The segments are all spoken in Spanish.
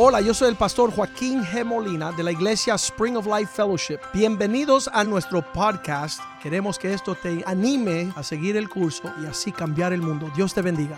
Hola, yo soy el pastor Joaquín G. Molina de la iglesia Spring of Life Fellowship. Bienvenidos a nuestro podcast. Queremos que esto te anime a seguir el curso y así cambiar el mundo. Dios te bendiga.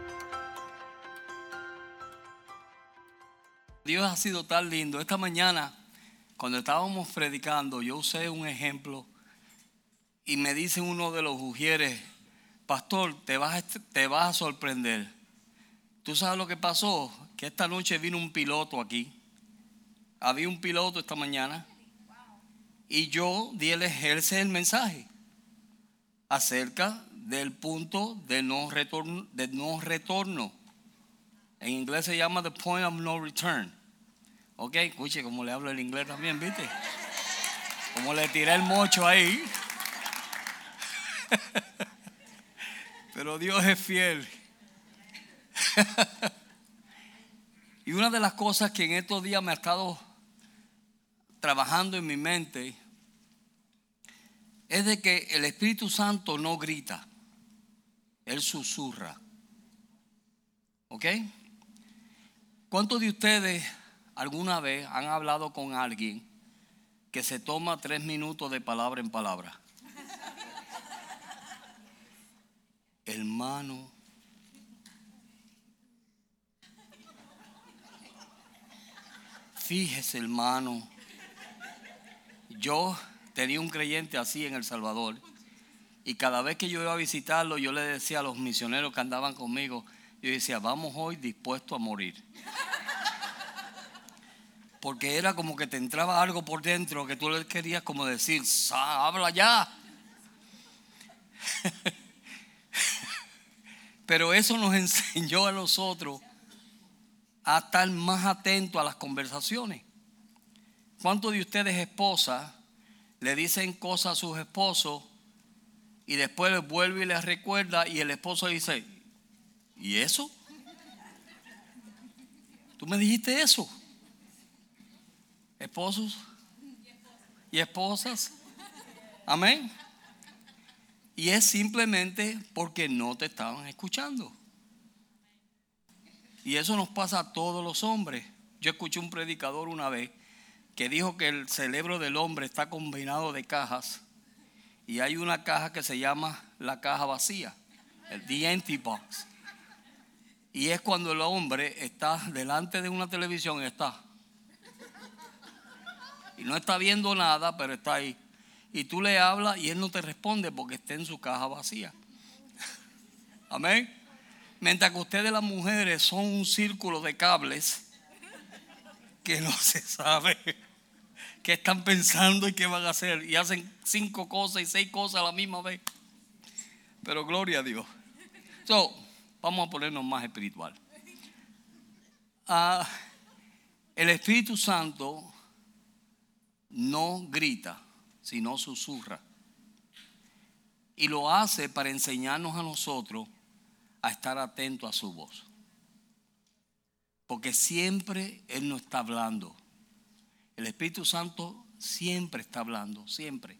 Dios ha sido tan lindo. Esta mañana, cuando estábamos predicando, yo usé un ejemplo y me dice uno de los ujieres: pastor, te vas a sorprender. ¿Tú sabes lo que pasó? Que esta noche vino un piloto aquí. Había un piloto esta mañana y yo di el mensaje acerca del punto de no retorno. En inglés se llama the point of no return. Ok, escuche cómo le hablo el inglés también, ¿viste? Como le tiré el mocho ahí. Pero Dios es fiel. Y una de las cosas que en estos días me ha estado trabajando en mi mente es de que el Espíritu Santo no grita, Él susurra. ¿Ok? ¿Cuántos de ustedes alguna vez han hablado con alguien que se toma 3 minutos de palabra en palabra? Hermano, fíjese, hermano, yo tenía un creyente así en El Salvador y cada vez que yo iba a visitarlo, yo le decía a los misioneros que andaban conmigo, yo decía, vamos hoy dispuesto a morir. Porque era como que te entraba algo por dentro que tú le querías como decir, habla ya. Pero eso nos enseñó a nosotros a estar más atentos a las conversaciones. ¿Cuántos de ustedes, esposas, le dicen cosas a sus esposos y después les vuelve y les recuerda y el esposo dice, ¿y eso? ¿Tú me dijiste eso? Esposos y esposas. Amén. Y es simplemente porque no te estaban escuchando. Y eso nos pasa a todos los hombres. Yo escuché un predicador una vez que dijo que el cerebro del hombre está combinado de cajas y hay una caja que se llama la caja vacía, the empty box. Y es cuando el hombre está delante de una televisión y no está viendo nada, pero está ahí. Y tú le hablas y él no te responde porque está en su caja vacía. Amén. Mientras que ustedes, las mujeres, son un círculo de cables que no se sabe qué están pensando y qué van a hacer. Y hacen 5 cosas y 6 cosas a la misma vez. Pero gloria a Dios. Vamos a ponernos más espiritual. El Espíritu Santo no grita, sino susurra. Y lo hace para enseñarnos a nosotros a estar atentos a su voz. Porque siempre Él nos está hablando. El Espíritu Santo siempre está hablando, siempre.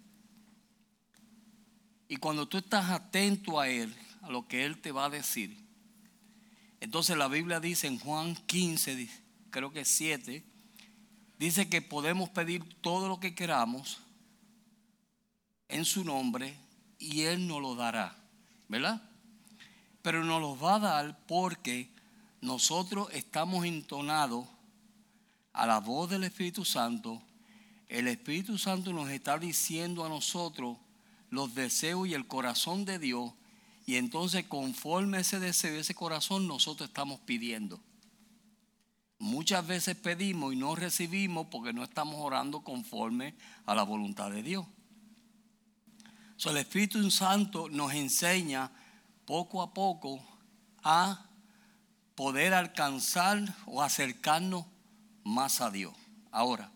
Y cuando tú estás atento a Él, a lo que Él te va a decir, entonces la Biblia dice en Juan 15, creo que 7, dice que podemos pedir todo lo que queramos en su nombre y Él nos lo dará, ¿verdad? Pero nos lo va a dar porque nosotros estamos entonados a la voz del Espíritu Santo. El Espíritu Santo nos está diciendo a nosotros los deseos y el corazón de Dios. Y entonces conforme ese deseo y ese corazón nosotros estamos pidiendo. Muchas veces pedimos y no recibimos porque no estamos orando conforme a la voluntad de Dios. El Espíritu Santo nos enseña poco a poco a poder alcanzar o acercarnos más a Dios. Ahora,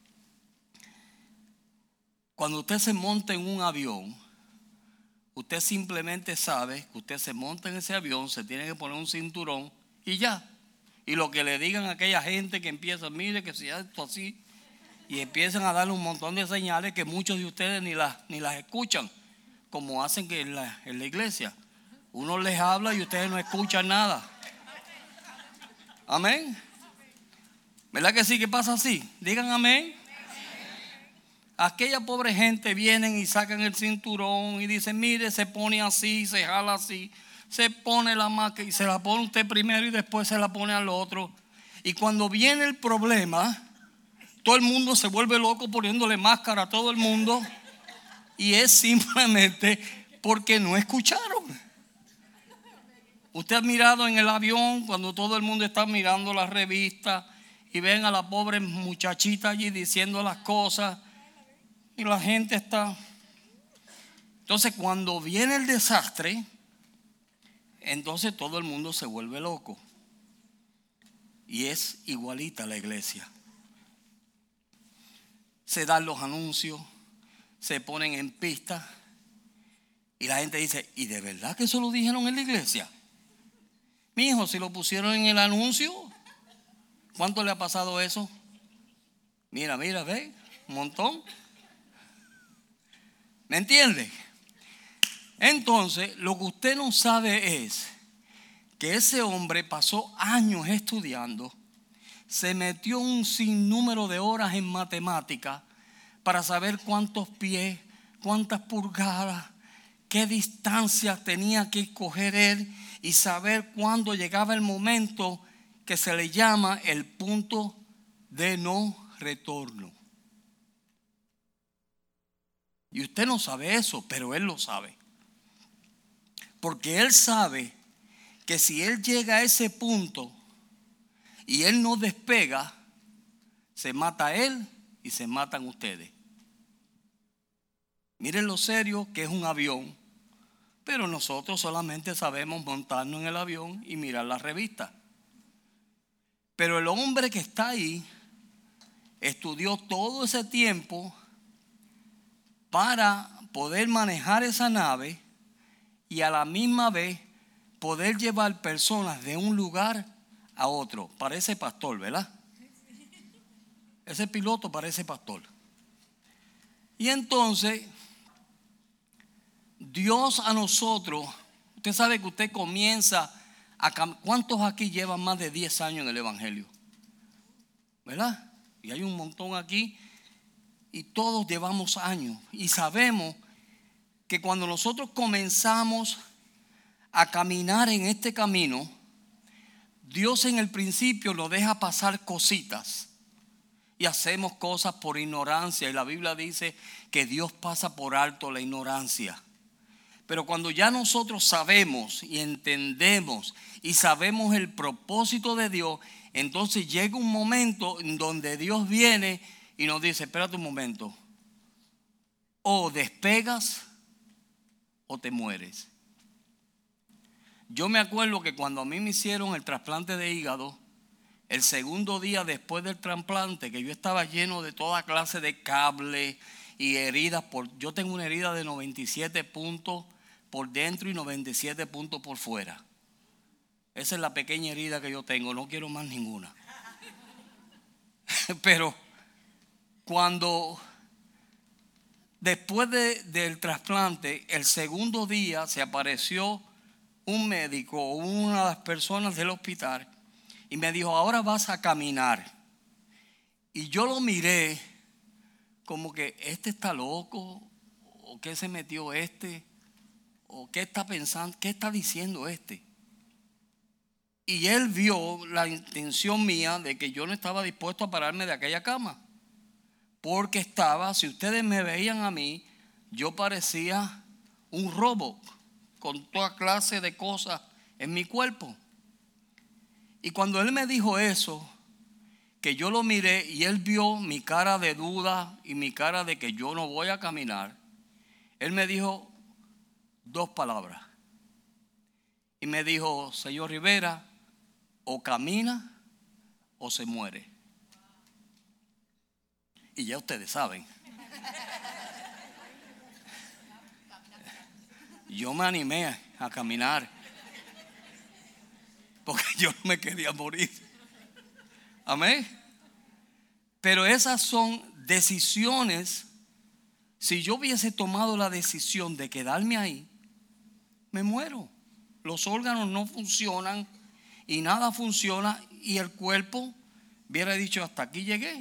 cuando usted se monta en un avión, usted simplemente sabe que usted se monta en ese avión, se tiene que poner un cinturón y ya. Y lo que le digan a aquella gente que empieza, mire que si esto así, y empiezan a darle un montón de señales que muchos de ustedes ni las escuchan, como hacen que en la iglesia. Uno les habla y ustedes no escuchan nada. Amén. ¿Verdad que sí que pasa así? Digan amén. Aquella pobre gente vienen y sacan el cinturón y dicen, mire, se pone así, se jala así, se pone la máscara y se la pone usted primero y después se la pone al otro. Y cuando viene el problema, todo el mundo se vuelve loco poniéndole máscara a todo el mundo. Y es simplemente porque no escucharon. Usted ha mirado en el avión cuando todo el mundo está mirando la revista y ven a la pobre muchachita allí diciendo las cosas. Y la gente está. Entonces cuando viene el desastre, entonces todo el mundo se vuelve loco. Y es igualita la iglesia. Se dan los anuncios, se ponen en pista. Y la gente dice, ¿y de verdad que eso lo dijeron en la iglesia? Mi hijo, si lo pusieron en el anuncio, ¿cuánto le ha pasado eso? Mira, ve, un montón. ¿Me entiende? Entonces, lo que usted no sabe es que ese hombre pasó años estudiando, se metió un sinnúmero de horas en matemática para saber cuántos pies, cuántas pulgadas, qué distancia tenía que escoger él y saber cuándo llegaba el momento que se le llama el punto de no retorno. Y usted no sabe eso, pero él lo sabe. Porque él sabe que si él llega a ese punto y él no despega, se mata él y se matan ustedes. Miren lo serio que es un avión, pero nosotros solamente sabemos montarnos en el avión y mirar la revista. Pero el hombre que está ahí estudió todo ese tiempo para poder manejar esa nave y a la misma vez poder llevar personas de un lugar a otro. Parece pastor, ¿verdad? Ese piloto parece pastor. Y entonces, Dios a nosotros, usted sabe que usted comienza ¿cuántos aquí llevan más de 10 años en el evangelio? ¿Verdad? Y hay un montón aquí. Y todos llevamos años y sabemos que cuando nosotros comenzamos a caminar en este camino, Dios en el principio nos deja pasar cositas y hacemos cosas por ignorancia. Y la Biblia dice que Dios pasa por alto la ignorancia. Pero cuando ya nosotros sabemos y entendemos y sabemos el propósito de Dios, entonces llega un momento en donde Dios viene y nos dice, espérate un momento, o despegas o te mueres. Yo me acuerdo que cuando a mí me hicieron el trasplante de hígado, el segundo día después del trasplante, que yo estaba lleno de toda clase de cables y heridas, yo tengo una herida de 97 puntos por dentro y 97 puntos por fuera. Esa es la pequeña herida que yo tengo, no quiero más ninguna. Pero cuando después del trasplante, el segundo día se apareció un médico o una de las personas del hospital y me dijo, ahora vas a caminar. Y yo lo miré como que este está loco, o qué se metió este, o qué está pensando, qué está diciendo este. Y él vio la intención mía de que yo no estaba dispuesto a pararme de aquella cama. Porque si ustedes me veían a mí, yo parecía un robot con toda clase de cosas en mi cuerpo. Y cuando él me dijo eso, que yo lo miré y él vio mi cara de duda y mi cara de que yo no voy a caminar, él me dijo 2 palabras. Y me dijo, señor Rivera, o camina o se muere. Y ya ustedes saben. Yo me animé a caminar porque yo no me quería morir. Amén. Pero esas son decisiones. Si yo hubiese tomado la decisión de quedarme ahí, me muero. Los órganos no funcionan y nada funciona y el cuerpo hubiera dicho hasta aquí llegué.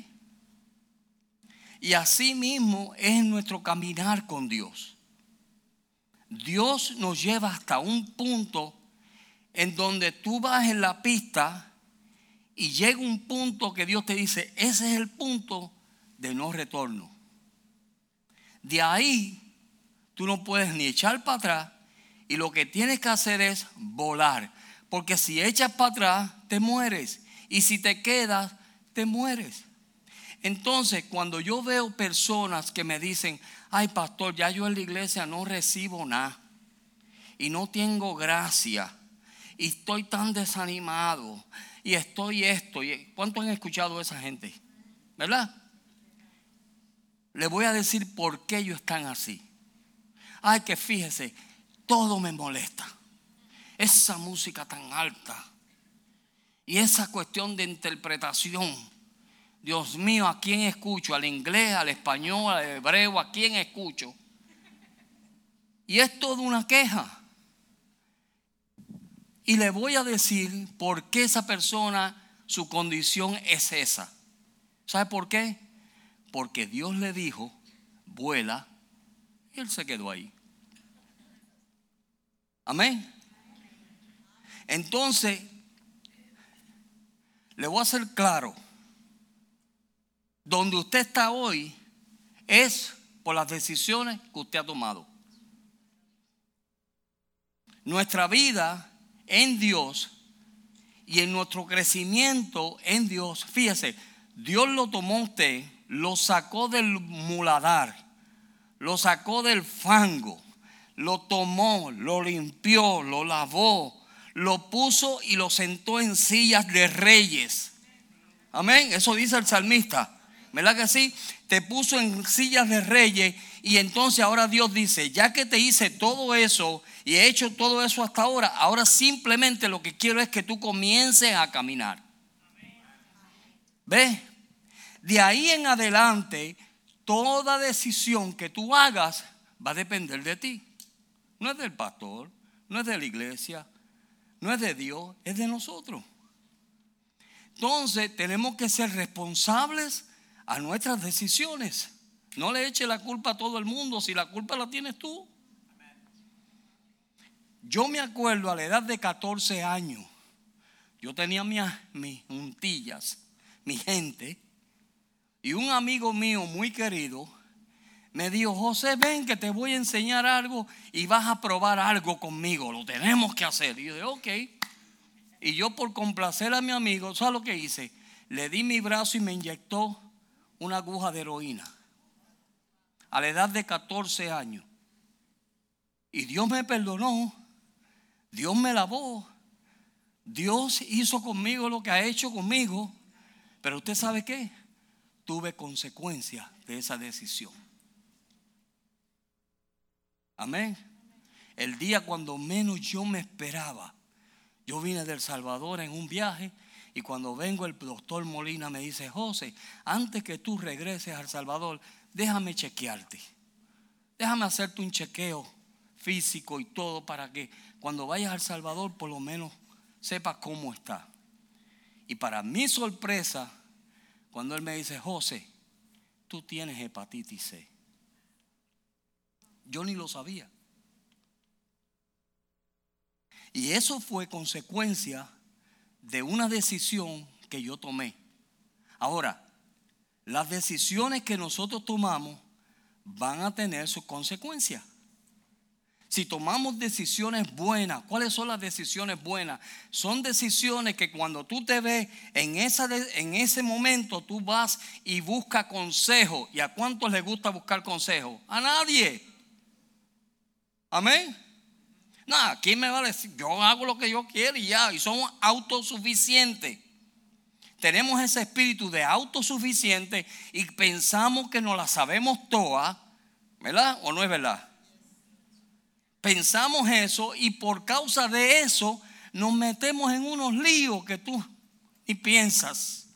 Y así mismo es nuestro caminar con Dios. Dios nos lleva hasta un punto en donde tú vas en la pista y llega un punto que Dios te dice, ese es el punto de no retorno. De ahí tú no puedes ni echar para atrás y lo que tienes que hacer es volar. Porque si echas para atrás te mueres y si te quedas te mueres. Entonces cuando yo veo personas que me dicen, ay pastor, ya yo en la iglesia no recibo nada y no tengo gracia y estoy tan desanimado y estoy esto. ¿Cuántos han escuchado a esa gente? ¿Verdad? Le voy a decir por qué ellos están así. Ay, que fíjese, todo me molesta. Esa música tan alta y esa cuestión de interpretación. Dios mío, ¿a quién escucho? ¿Al inglés, al español, al hebreo? ¿A quién escucho? Y es toda una queja. Y le voy a decir por qué esa persona, su condición es esa. ¿Sabe por qué? Porque Dios le dijo, vuela, y él se quedó ahí. Amén. Entonces, le voy a hacer claro. Donde usted está hoy es por las decisiones que usted ha tomado. Nuestra vida en Dios y en nuestro crecimiento en Dios, fíjese, Dios lo tomó a usted, lo sacó del muladar, lo sacó del fango, lo tomó, lo limpió, lo lavó, lo puso y lo sentó en sillas de reyes. Amén, eso dice el salmista. ¿Verdad que sí? Te puso en sillas de reyes y entonces ahora Dios dice, ya que te hice todo eso y he hecho todo eso hasta ahora, ahora simplemente lo que quiero es que tú comiences a caminar. ¿Ves? De ahí en adelante, toda decisión que tú hagas va a depender de ti. No es del pastor, no es de la iglesia, no es de Dios, es de nosotros. Entonces tenemos que ser responsables a nuestras decisiones. No le eche la culpa a todo el mundo si la culpa la tienes tú. Yo me acuerdo a la edad de 14 años, yo tenía mis juntillas, mi gente, y un amigo mío muy querido me dijo, José, ven que te voy a enseñar algo y vas a probar algo conmigo, lo tenemos que hacer. Y yo dije, ok. Y yo por complacer a mi amigo, ¿sabes lo que hice? Le di mi brazo y me inyectó una aguja de heroína a la edad de 14 años. Y Dios me perdonó, Dios me lavó, Dios hizo conmigo lo que ha hecho conmigo. Pero usted sabe qué, tuve consecuencias de esa decisión. Amén. El día cuando menos yo me esperaba, yo vine de El Salvador en un viaje. Y cuando vengo el doctor Molina me dice, José, antes que tú regreses a El Salvador, déjame chequearte. Déjame hacerte un chequeo físico y todo para que cuando vayas a El Salvador por lo menos sepas cómo está. Y para mi sorpresa, cuando él me dice, José, tú tienes hepatitis C. Yo ni lo sabía. Y eso fue consecuencia de una decisión que yo tomé. Ahora, las decisiones que nosotros tomamos van a tener sus consecuencias. Si tomamos decisiones buenas, ¿cuáles son las decisiones buenas? Son decisiones que cuando tú te ves en ese momento, tú vas y buscas consejo. ¿Y a cuántos les gusta buscar consejo? A nadie. Amén. Nada, ¿quién me va a decir? Yo hago lo que yo quiero y ya. Y somos autosuficientes. Tenemos ese espíritu de autosuficiente y pensamos que nos la sabemos todas, ¿verdad? ¿O no es verdad? Pensamos eso y por causa de eso nos metemos en unos líos que tú ni piensas.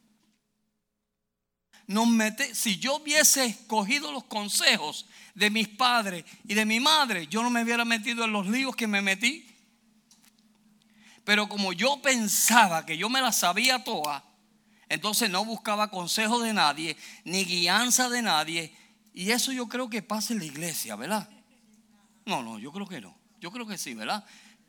Si yo hubiese cogido los consejos de mis padres y de mi madre, yo no me hubiera metido en los líos que me metí. Pero como yo pensaba que yo me las sabía todas, Entonces no buscaba consejo de nadie, ni guianza de nadie. Y eso yo creo que pasa en la iglesia, ¿verdad? No, yo creo que no. Yo creo que sí, ¿verdad?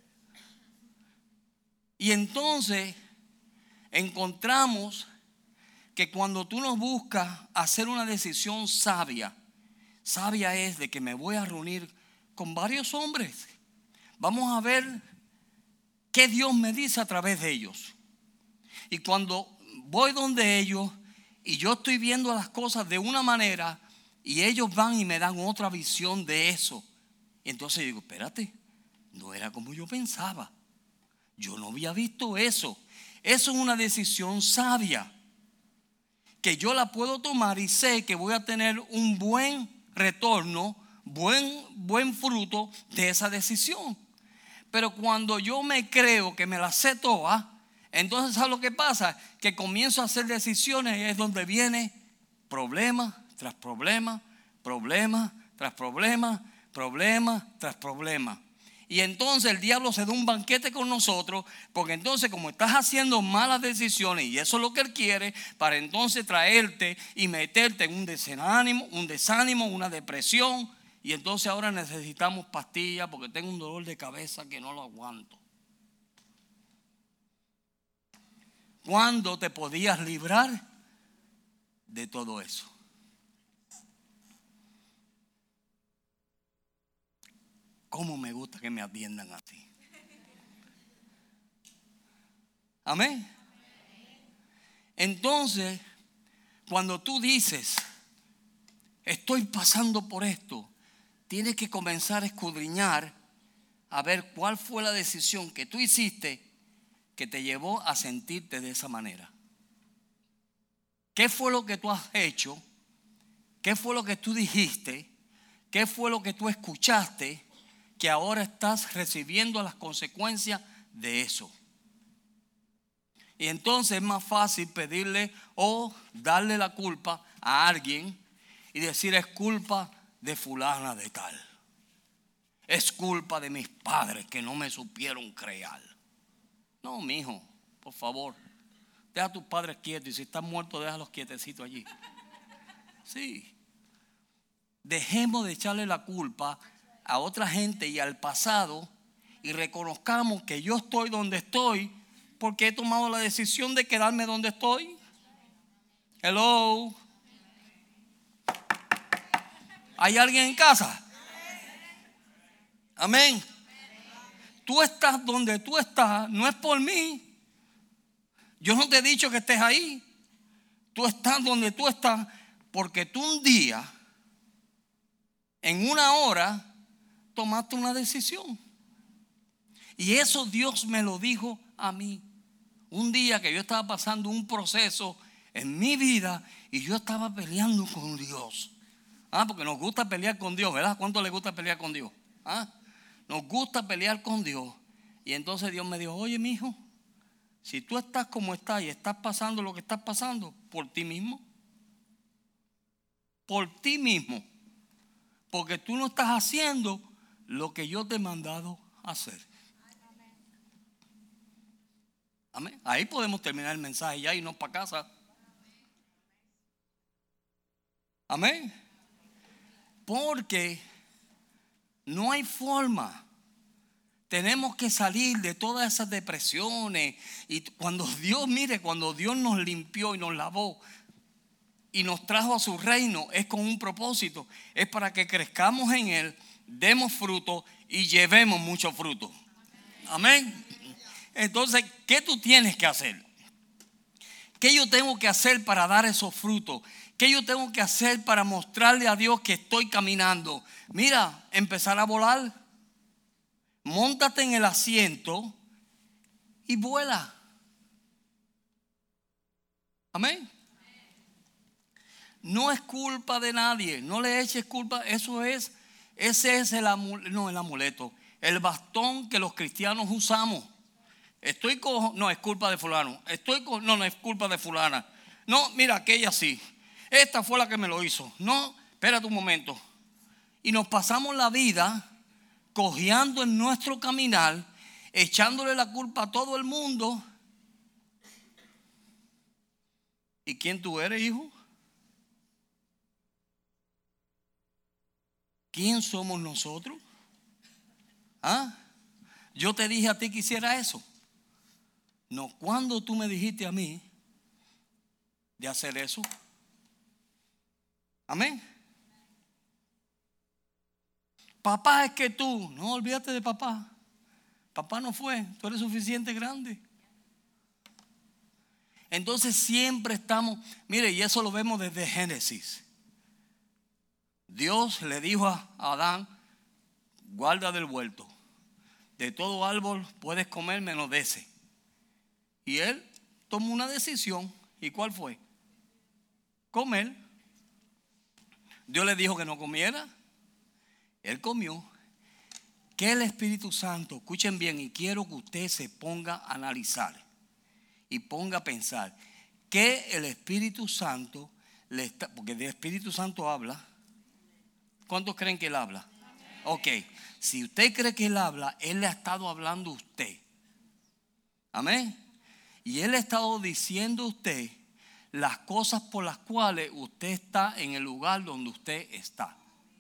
Y entonces encontramos que cuando tú nos buscas hacer una decisión sabia, sabia es de que me voy a reunir con varios hombres. Vamos a ver qué Dios me dice a través de ellos. Y cuando voy donde ellos y yo estoy viendo las cosas de una manera y ellos van y me dan otra visión de eso. Y entonces digo, espérate, no era como yo pensaba. Yo no había visto eso. Eso es una decisión sabia que yo la puedo tomar y sé que voy a tener un buen retorno, buen fruto de esa decisión. Pero cuando yo me creo que me la sé toda, entonces ¿sabes lo que pasa? Que comienzo a hacer decisiones y es donde viene problema tras problema, problema tras problema, problema tras problema. Y entonces el diablo se da un banquete con nosotros, porque entonces como estás haciendo malas decisiones, y eso es lo que él quiere, para entonces traerte y meterte en un desánimo, una depresión. Y entonces ahora necesitamos pastillas porque tengo un dolor de cabeza que no lo aguanto. ¿Cuándo te podías librar de todo eso? ¿Cómo me gusta que me atiendan así? Amén. Entonces, cuando tú dices, estoy pasando por esto, tienes que comenzar a escudriñar a ver cuál fue la decisión que tú hiciste que te llevó a sentirte de esa manera. ¿Qué fue lo que tú has hecho? ¿Qué fue lo que tú dijiste? ¿Qué fue lo que tú escuchaste que ahora estás recibiendo las consecuencias de eso? Y entonces es más fácil pedirle o darle la culpa a alguien y decir es culpa de fulana de tal. Es culpa de mis padres que no me supieron crear. No, mijo, por favor, deja a tus padres quietos y si están muertos, déjalos quietecitos allí. Sí. Dejemos de echarle la culpa a otra gente y al pasado y reconozcamos que yo estoy donde estoy porque he tomado la decisión de quedarme donde estoy. Hello. ¿Hay alguien en casa? Amén. Tú estás donde tú estás, no es por mí. Yo no te he dicho que estés ahí. Tú estás donde tú estás porque tú un día, en una hora, tomaste una decisión. Y eso Dios me lo dijo a mí. Un día que yo estaba pasando un proceso en mi vida y yo estaba peleando con Dios. Porque nos gusta pelear con Dios, ¿verdad? ¿Cuánto le gusta pelear con Dios? Nos gusta pelear con Dios. Y entonces Dios me dijo, oye, mijo, si tú estás como estás y estás pasando lo que estás pasando, por ti mismo. Por ti mismo. Porque tú no estás haciendo lo que yo te he mandado a hacer. Amén. Ahí podemos terminar el mensaje ya y irnos para casa. Amén. Porque no hay forma. Tenemos que salir de todas esas depresiones. Y cuando Dios nos limpió y nos lavó y nos trajo a su reino, es con un propósito. Es para que crezcamos en Él, demos fruto y llevemos mucho fruto. Amén. Entonces, ¿qué tú tienes que hacer? ¿Qué yo tengo que hacer para dar esos frutos? ¿Qué yo tengo que hacer para mostrarle a Dios que estoy caminando? Mira, empezar a volar. Móntate en el asiento y vuela. Amén. No es culpa de nadie. No le eches culpa. Ese es el amuleto. El bastón que los cristianos usamos. Estoy cojo, no es culpa de fulano. No es culpa de fulana. No, mira, aquella sí. Esta fue la que me lo hizo. No, espérate un momento. Y nos pasamos la vida cojeando en nuestro caminar, echándole la culpa a todo el mundo. ¿Y quién tú eres, hijo? ¿Quién somos nosotros? ¿Ah? Yo te dije a ti que hiciera eso. No, cuando tú me dijiste a mí de hacer eso. Amén. Papá, es que tú, no olvídate de papá. Papá no fue, tú eres suficiente grande. Entonces siempre estamos, mire, y eso lo vemos desde Génesis. Dios le dijo a Adán, guarda del huerto. De todo árbol puedes comer menos de ese. Y él tomó una decisión. ¿Y cuál fue? Comer. Dios le dijo que no comiera. Él comió. Que el Espíritu Santo, escuchen bien, y quiero que usted se ponga a analizar y ponga a pensar que el Espíritu Santo le está, porque el Espíritu Santo habla. ¿Cuántos creen que él habla? Ok, si usted cree que él habla, él le ha estado hablando a usted. Amén. Y él ha estado diciendo a usted las cosas por las cuales usted está en el lugar donde usted está.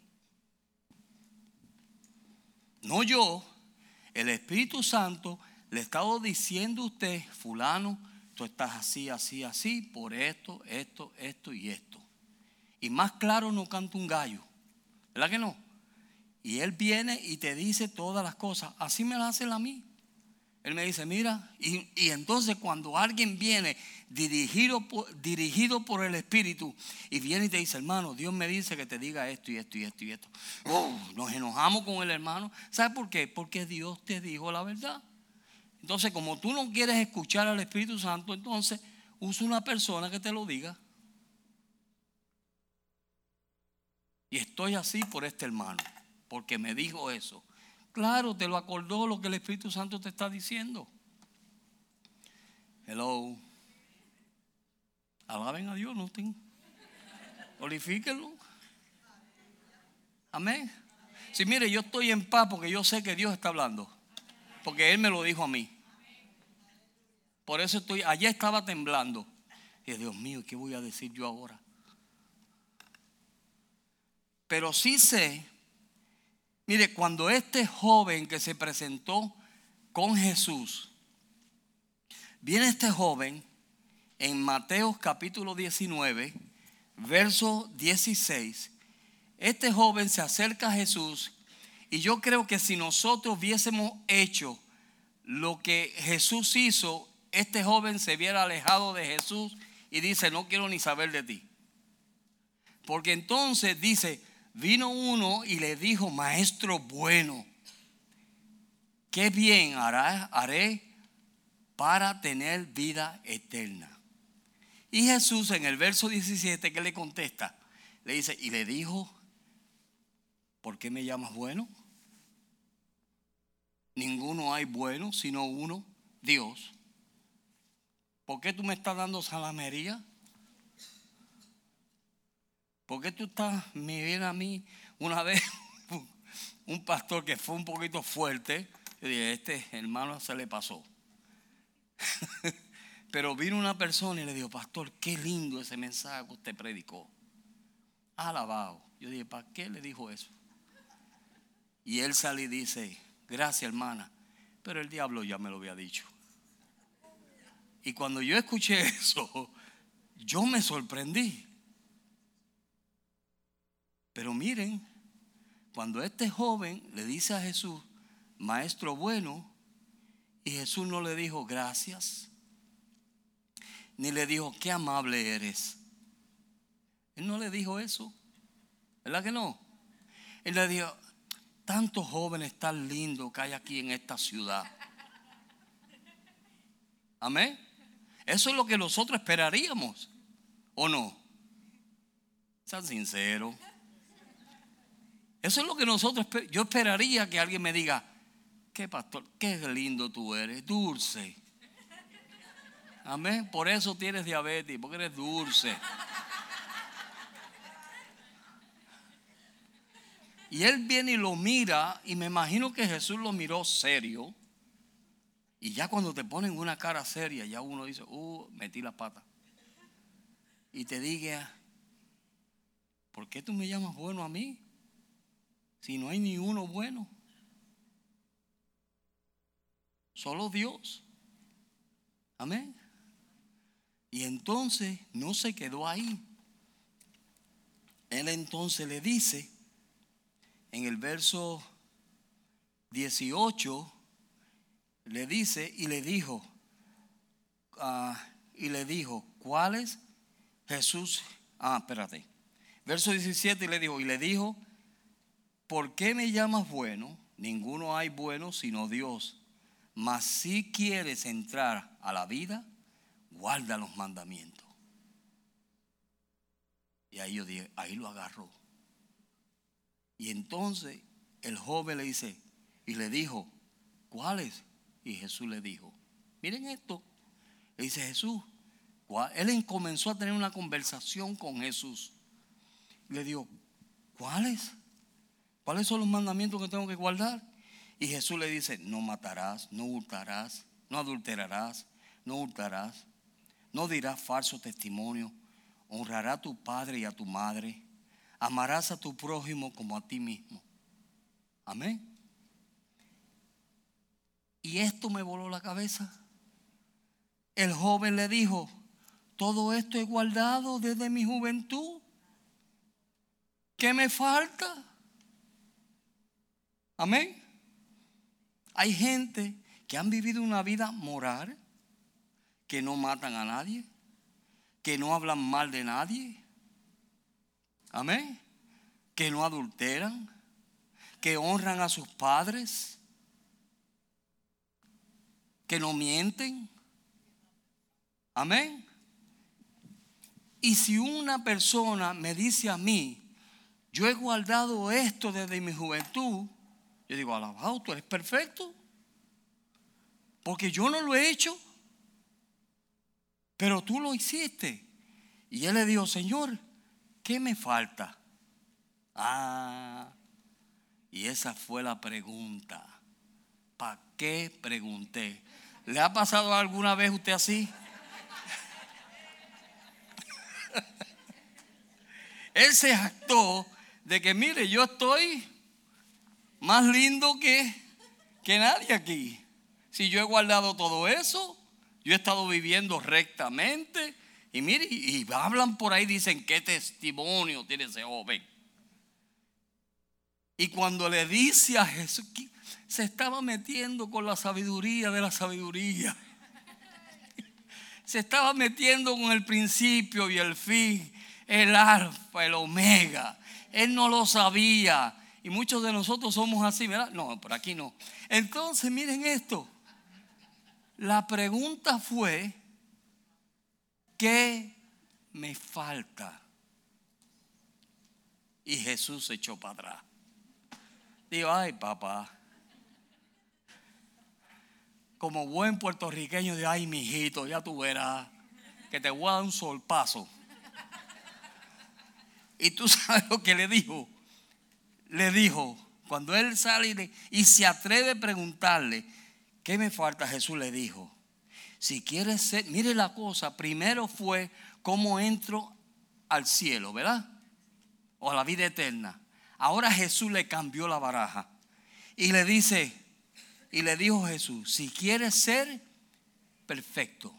No yo, el Espíritu Santo le ha estado diciendo a usted, fulano, tú estás así, así, así, por esto, esto, esto y esto. Y más claro no canta un gallo, ¿verdad que no? Y él viene y te dice todas las cosas. Así me las hace él a mí. Él me dice, mira, y entonces cuando alguien viene dirigido por el Espíritu y viene y te dice, hermano, Dios me dice que te diga esto y esto y esto y esto. Nos enojamos con el hermano. ¿Sabes por qué? Porque Dios te dijo la verdad. Entonces, como tú no quieres escuchar al Espíritu Santo, entonces usa una persona que te lo diga. Y estoy así por este hermano, porque me dijo eso. Claro, te lo acordó lo que el Espíritu Santo te está diciendo. Hello. Alaben a Dios, no tengo. Glorifíquenlo. Amén. Sí, mire, yo estoy en paz porque yo sé que Dios está hablando. Porque Él me lo dijo a mí. Por eso ayer estaba temblando. Y Dios mío, ¿qué voy a decir yo ahora? Pero sí sé, mire, cuando este joven que se presentó con Jesús, viene este joven en Mateo capítulo 19, verso 16. Este joven se acerca a Jesús y yo creo que si nosotros hubiésemos hecho lo que Jesús hizo, este joven se hubiera alejado de Jesús y dice, no quiero ni saber de ti. Porque entonces dice, vino uno y le dijo, maestro bueno, ¿qué bien haré para tener vida eterna? Y Jesús en el verso 17, ¿qué le contesta? Le dice, y le dijo, ¿por qué me llamas bueno? Ninguno hay bueno, sino uno, Dios. ¿Por qué tú me estás dando salamería? ¿Por qué tú me viene a mí una vez un pastor que fue un poquito fuerte? Yo dije, este hermano se le pasó. Pero vino una persona y le dijo, pastor, qué lindo ese mensaje que usted predicó. Alabado. Yo dije, ¿para qué le dijo eso? Y él sale y dice, gracias hermana, pero el diablo ya me lo había dicho. Y cuando yo escuché eso, yo me sorprendí. Pero miren, cuando este joven le dice a Jesús, maestro bueno, y Jesús no le dijo gracias, ni le dijo qué amable eres. Él no le dijo eso, ¿verdad que no? Él le dijo, tantos jóvenes tan lindos que hay aquí en esta ciudad. Amén. Eso es lo que nosotros esperaríamos, ¿o no? Sean sinceros. Eso es lo que yo esperaría que alguien me diga, qué pastor, qué lindo tú eres, dulce. Amén. Por eso tienes diabetes, porque eres dulce. Y él viene y lo mira, y me imagino que Jesús lo miró serio. Y ya cuando te ponen una cara seria, ya uno dice, metí la pata. y te diga, ¿por qué tú me llamas bueno a mí? Si no hay ni uno bueno. Solo Dios. Amén. Y entonces no se quedó ahí. Él entonces le dice en el verso 18, le dice y le dijo, ¿cuáles? Jesús, espérate. Verso 17 y le dijo, ¿por qué me llamas bueno? Ninguno hay bueno sino Dios. Mas si quieres entrar a la vida, guarda los mandamientos. Y ahí yo dije, ahí lo agarró. Y entonces el joven le dice, y le dijo, ¿cuáles? Y Jesús le dijo, miren esto. Le dice Jesús, él comenzó a tener una conversación con Jesús. Le dijo, ¿cuáles? ¿Cuáles son los mandamientos que tengo que guardar? Y Jesús le dice, no matarás, no hurtarás, no adulterarás, no hurtarás, no dirás falso testimonio, honrarás a tu padre y a tu madre, amarás a tu prójimo como a ti mismo. Amén. Y esto me voló la cabeza. El joven le dijo, todo esto he guardado desde mi juventud. ¿Qué me falta? Amén. Hay gente que han vivido una vida moral, que no matan a nadie, que no hablan mal de nadie. Amén. Que no adulteran, que honran a sus padres, que no mienten. Amén. Y si una persona me dice a mí, yo he guardado esto desde mi juventud, yo digo, alabado, tú eres perfecto, porque yo no lo he hecho, pero tú lo hiciste. Y él le dijo, Señor, ¿qué me falta? Y esa fue la pregunta. ¿Para qué pregunté? ¿Le ha pasado alguna vez usted así? Él se jactó de que, mire, yo estoy más lindo que nadie aquí. Si yo he guardado todo eso, yo he estado viviendo rectamente. Y mire, y hablan por ahí, dicen, ¿qué testimonio tiene ese joven? Y cuando le dice a Jesús, se estaba metiendo con la sabiduría de la sabiduría. Se estaba metiendo con el principio y el fin, el alfa, el omega. Él no lo sabía. Y muchos de nosotros somos así, ¿verdad? No, por aquí no. Entonces, miren esto. La pregunta fue, ¿qué me falta? Y Jesús se echó para atrás. Digo, ay, papá. Como buen puertorriqueño, digo, ay, mijito, ya tú verás que te voy a dar un solpazo. Y tú sabes lo que le dijo. Le dijo, cuando él sale y se atreve a preguntarle, ¿qué me falta? Jesús le dijo, si quieres ser, mire la cosa, primero fue cómo entro al cielo, ¿verdad? O a la vida eterna. Ahora Jesús le cambió la baraja y le dice, y le dijo Jesús, si quieres ser perfecto,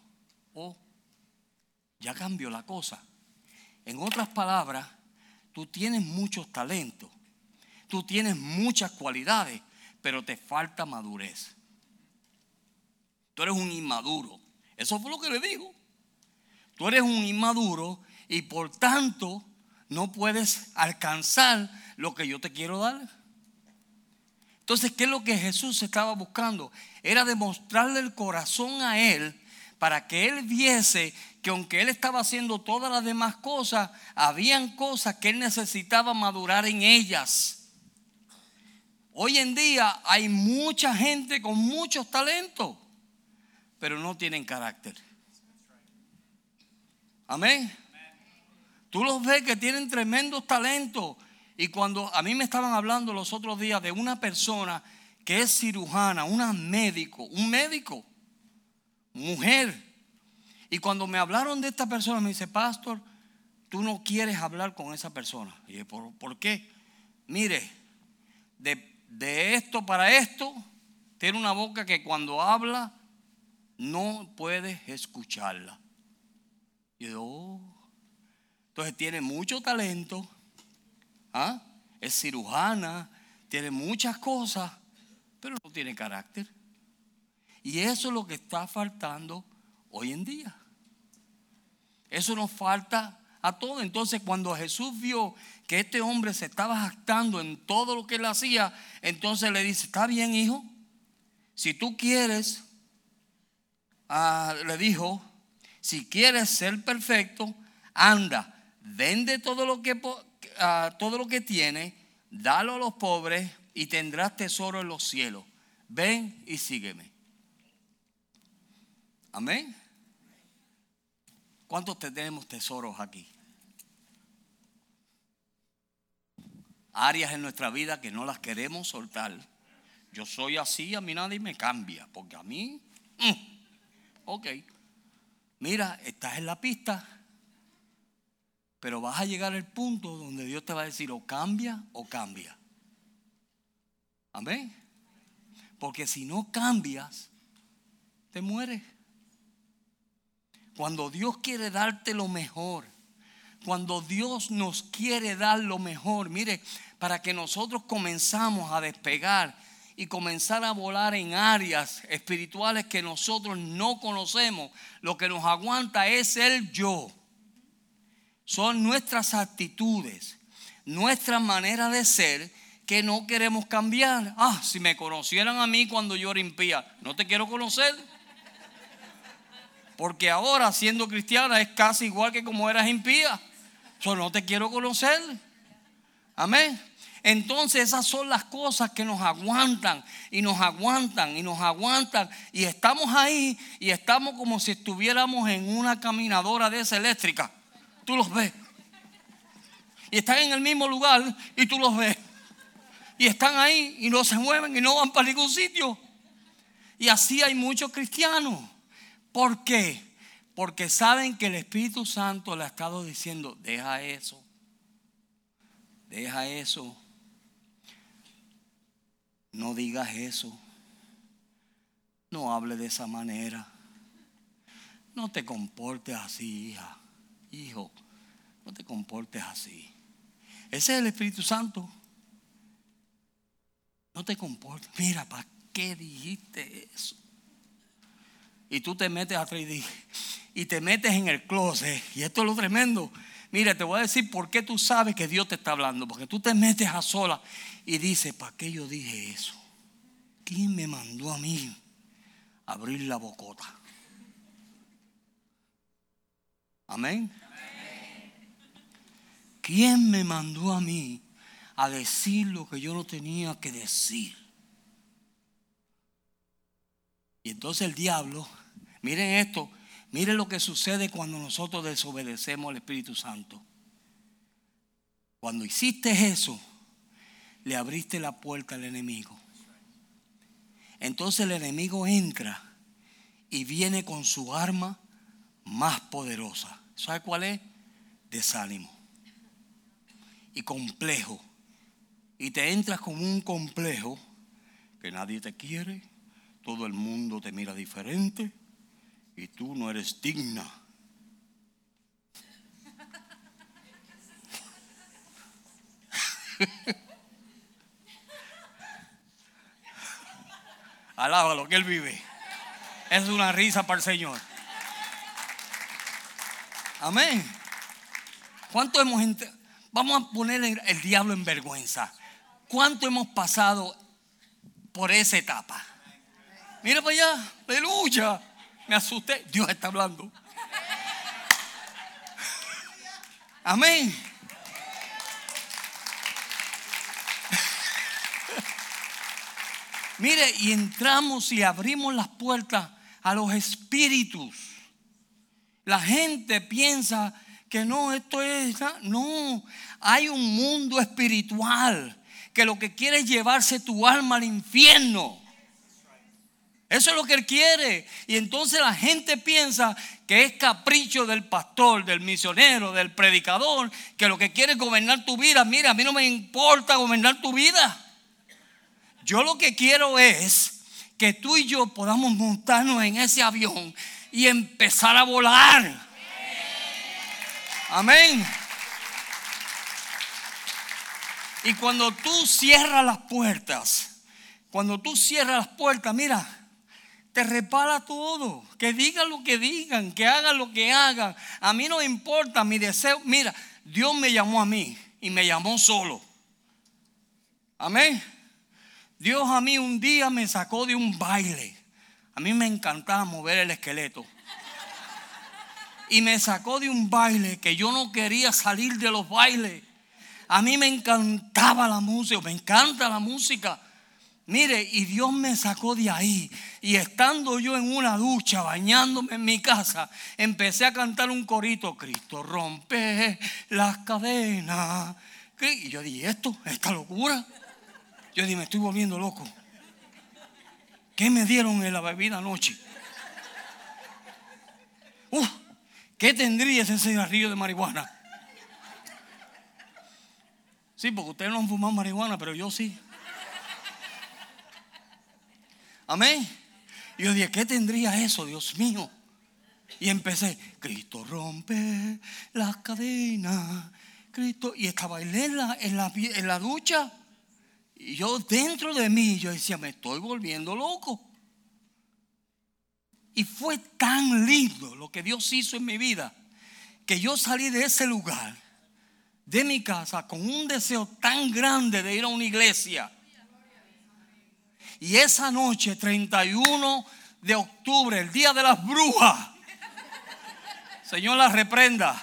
ya cambió la cosa. En otras palabras, tú tienes muchos talentos, tú tienes muchas cualidades, pero te falta madurez. Tú eres un inmaduro. Eso fue lo que le dijo. Tú eres un inmaduro y por tanto no puedes alcanzar lo que yo te quiero dar. Entonces, ¿qué es lo que Jesús estaba buscando? Era demostrarle el corazón a él para que él viese que aunque él estaba haciendo todas las demás cosas, habían cosas que él necesitaba madurar en ellas. Hoy en día hay mucha gente con muchos talentos, pero no tienen carácter. Amén. Tú los ves que tienen tremendos talentos. Y cuando a mí me estaban hablando los otros días de una persona que es cirujana, un médico, mujer. Y cuando me hablaron de esta persona me dice, pastor, tú no quieres hablar con esa persona. Y yo, ¿por qué? Mire, de esto para esto, tiene una boca que cuando habla no puedes escucharla. Y yo, entonces tiene mucho talento, es cirujana, tiene muchas cosas, pero no tiene carácter. Y eso es lo que está faltando hoy en día. Eso nos falta a todos. Entonces, cuando Jesús vio que este hombre se estaba jactando en todo lo que él hacía, entonces le dice: está bien, hijo, si tú quieres, le dijo, si quieres ser perfecto, anda, vende todo lo que tienes, dalo a los pobres y tendrás tesoro en los cielos. Ven y sígueme. Amén. ¿Cuántos tenemos tesoros aquí? Áreas en nuestra vida que no las queremos soltar. Yo soy así, a mí nadie me cambia, porque a mí, ok. Mira, estás en la pista, pero vas a llegar al punto donde Dios te va a decir o cambia o cambia. Amén. Porque si no cambias, te mueres. Cuando Dios quiere darte lo mejor, cuando Dios nos quiere dar lo mejor, mire, para que nosotros comenzamos a despegar y comenzar a volar en áreas espirituales que nosotros no conocemos, lo que nos aguanta es el yo. Son nuestras actitudes, nuestra manera de ser que no queremos cambiar. Si me conocieran a mí cuando yo era impía, no te quiero conocer. Porque ahora, siendo cristiana, es casi igual que como eras impía. Yo no te quiero conocer. Amén. Entonces esas son las cosas que nos aguantan y nos aguantan y nos aguantan. Y estamos ahí y estamos como si estuviéramos en una caminadora de esa eléctrica. Tú los ves. Y están en el mismo lugar y tú los ves. Y están ahí y no se mueven y no van para ningún sitio. Y así hay muchos cristianos. ¿Por qué? Porque saben que el Espíritu Santo le ha estado diciendo: deja eso. Deja eso. No digas eso. No hables de esa manera. No te comportes así, hija. Hijo, no te comportes así. Ese es el Espíritu Santo. No te comportes. Mira, ¿para qué dijiste eso? Y tú te metes atrás y te metes en el closet. Y esto es lo tremendo. Mira, te voy a decir por qué tú sabes que Dios te está hablando. Porque tú te metes a solas y dices: ¿para qué yo dije eso? ¿Quién me mandó a mí a abrir la bocota? Amén. ¿Quién me mandó a mí a decir lo que yo no tenía que decir? Y entonces el diablo, miren esto, miren lo que sucede cuando nosotros desobedecemos al Espíritu Santo. Cuando hiciste eso, le abriste la puerta al enemigo. Entonces el enemigo entra y viene con su arma más poderosa. ¿Sabe cuál es? Desánimo y complejo. Y te entras con un complejo que nadie te quiere, todo el mundo te mira diferente y tú no eres digna. Alábalo, que Él vive. Es una risa para el Señor. Amén. ¿Cuánto hemos vamos a poner el diablo en vergüenza? ¿Cuánto hemos pasado por esa etapa? Mira para allá, aleluya. Me asusté. Dios está hablando. Amén. Mire, y entramos y abrimos las puertas a los espíritus. La gente piensa que no, esto es, no, hay un mundo espiritual que lo que quiere es llevarse tu alma al infierno. Eso es lo que Él quiere. Y entonces la gente piensa que es capricho del pastor, del misionero, del predicador, que lo que quiere es gobernar tu vida. Mira, a mí no me importa gobernar tu vida. Yo lo que quiero es que tú y yo podamos montarnos en ese avión y empezar a volar. Amén. Y cuando tú cierras las puertas, mira, te repara todo. Que digan lo que digan, que hagan lo que hagan. A mí no me importa mi deseo. Mira, Dios me llamó a mí y me llamó solo. Amén. Dios a mí un día me sacó de un baile. A mí me encantaba mover el esqueleto. Y me sacó de un baile que yo no quería salir de los bailes. A mí me encantaba la música, me encanta la música. Mire, y Dios me sacó de ahí. Y estando yo en una ducha, bañándome en mi casa, empecé a cantar un corito. Cristo rompe las cadenas. Y yo dije, esta locura. Yo dije, me estoy volviendo loco. ¿Qué me dieron en la bebida anoche? ¿Qué tendría ese cigarrillo de marihuana? Sí, porque ustedes no han fumado marihuana, pero yo sí. Amén. Y yo dije, ¿qué tendría eso, Dios mío? Y empecé, Cristo rompe las cadenas, Cristo. Y esta bailé en la ducha. Y yo dentro de mí, yo decía, me estoy volviendo loco. Y fue tan lindo lo que Dios hizo en mi vida, que yo salí de ese lugar, de mi casa, con un deseo tan grande de ir a una iglesia. Y esa noche, 31 de octubre, el día de las brujas, Señor las reprenda.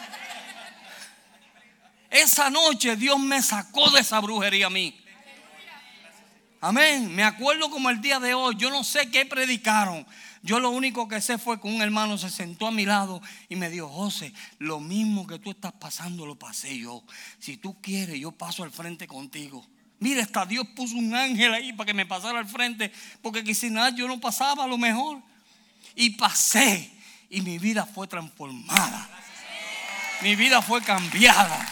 Esa noche Dios me sacó de esa brujería a mí. Amén. Me acuerdo como el día de hoy. Yo no sé qué predicaron. Yo lo único que sé fue que un hermano se sentó a mi lado y me dijo, José, lo mismo que tú estás pasando lo pasé yo. Si tú quieres, yo paso al frente contigo. Mira, hasta Dios puso un ángel ahí para que me pasara al frente, porque si nada yo no pasaba a lo mejor. Y pasé y mi vida fue transformada. Mi vida fue cambiada.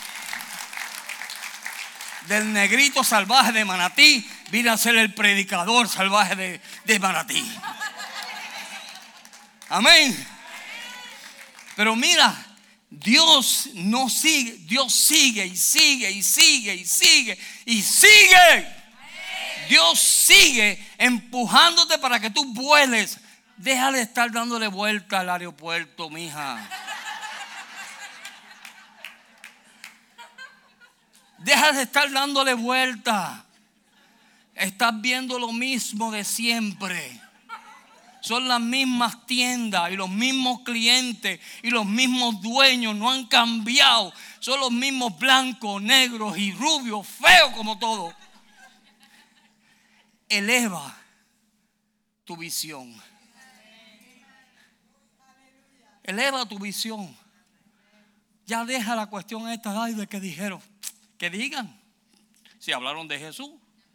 Del negrito salvaje de Manatí vine a ser el predicador salvaje de Manatí. Amén. Pero mira, Dios no sigue, Dios sigue y sigue y sigue y sigue y sigue. Dios sigue empujándote para que tú vueles. Deja de estar dándole vuelta al aeropuerto, mija. Deja de estar dándole vuelta. Estás viendo lo mismo de siempre. Son las mismas tiendas y los mismos clientes y los mismos dueños. No han cambiado. Son los mismos blancos, negros y rubios, feos como todo. Eleva tu visión. Eleva tu visión. Ya deja la cuestión esta de que dijeron. Que digan. Si hablaron de Jesús.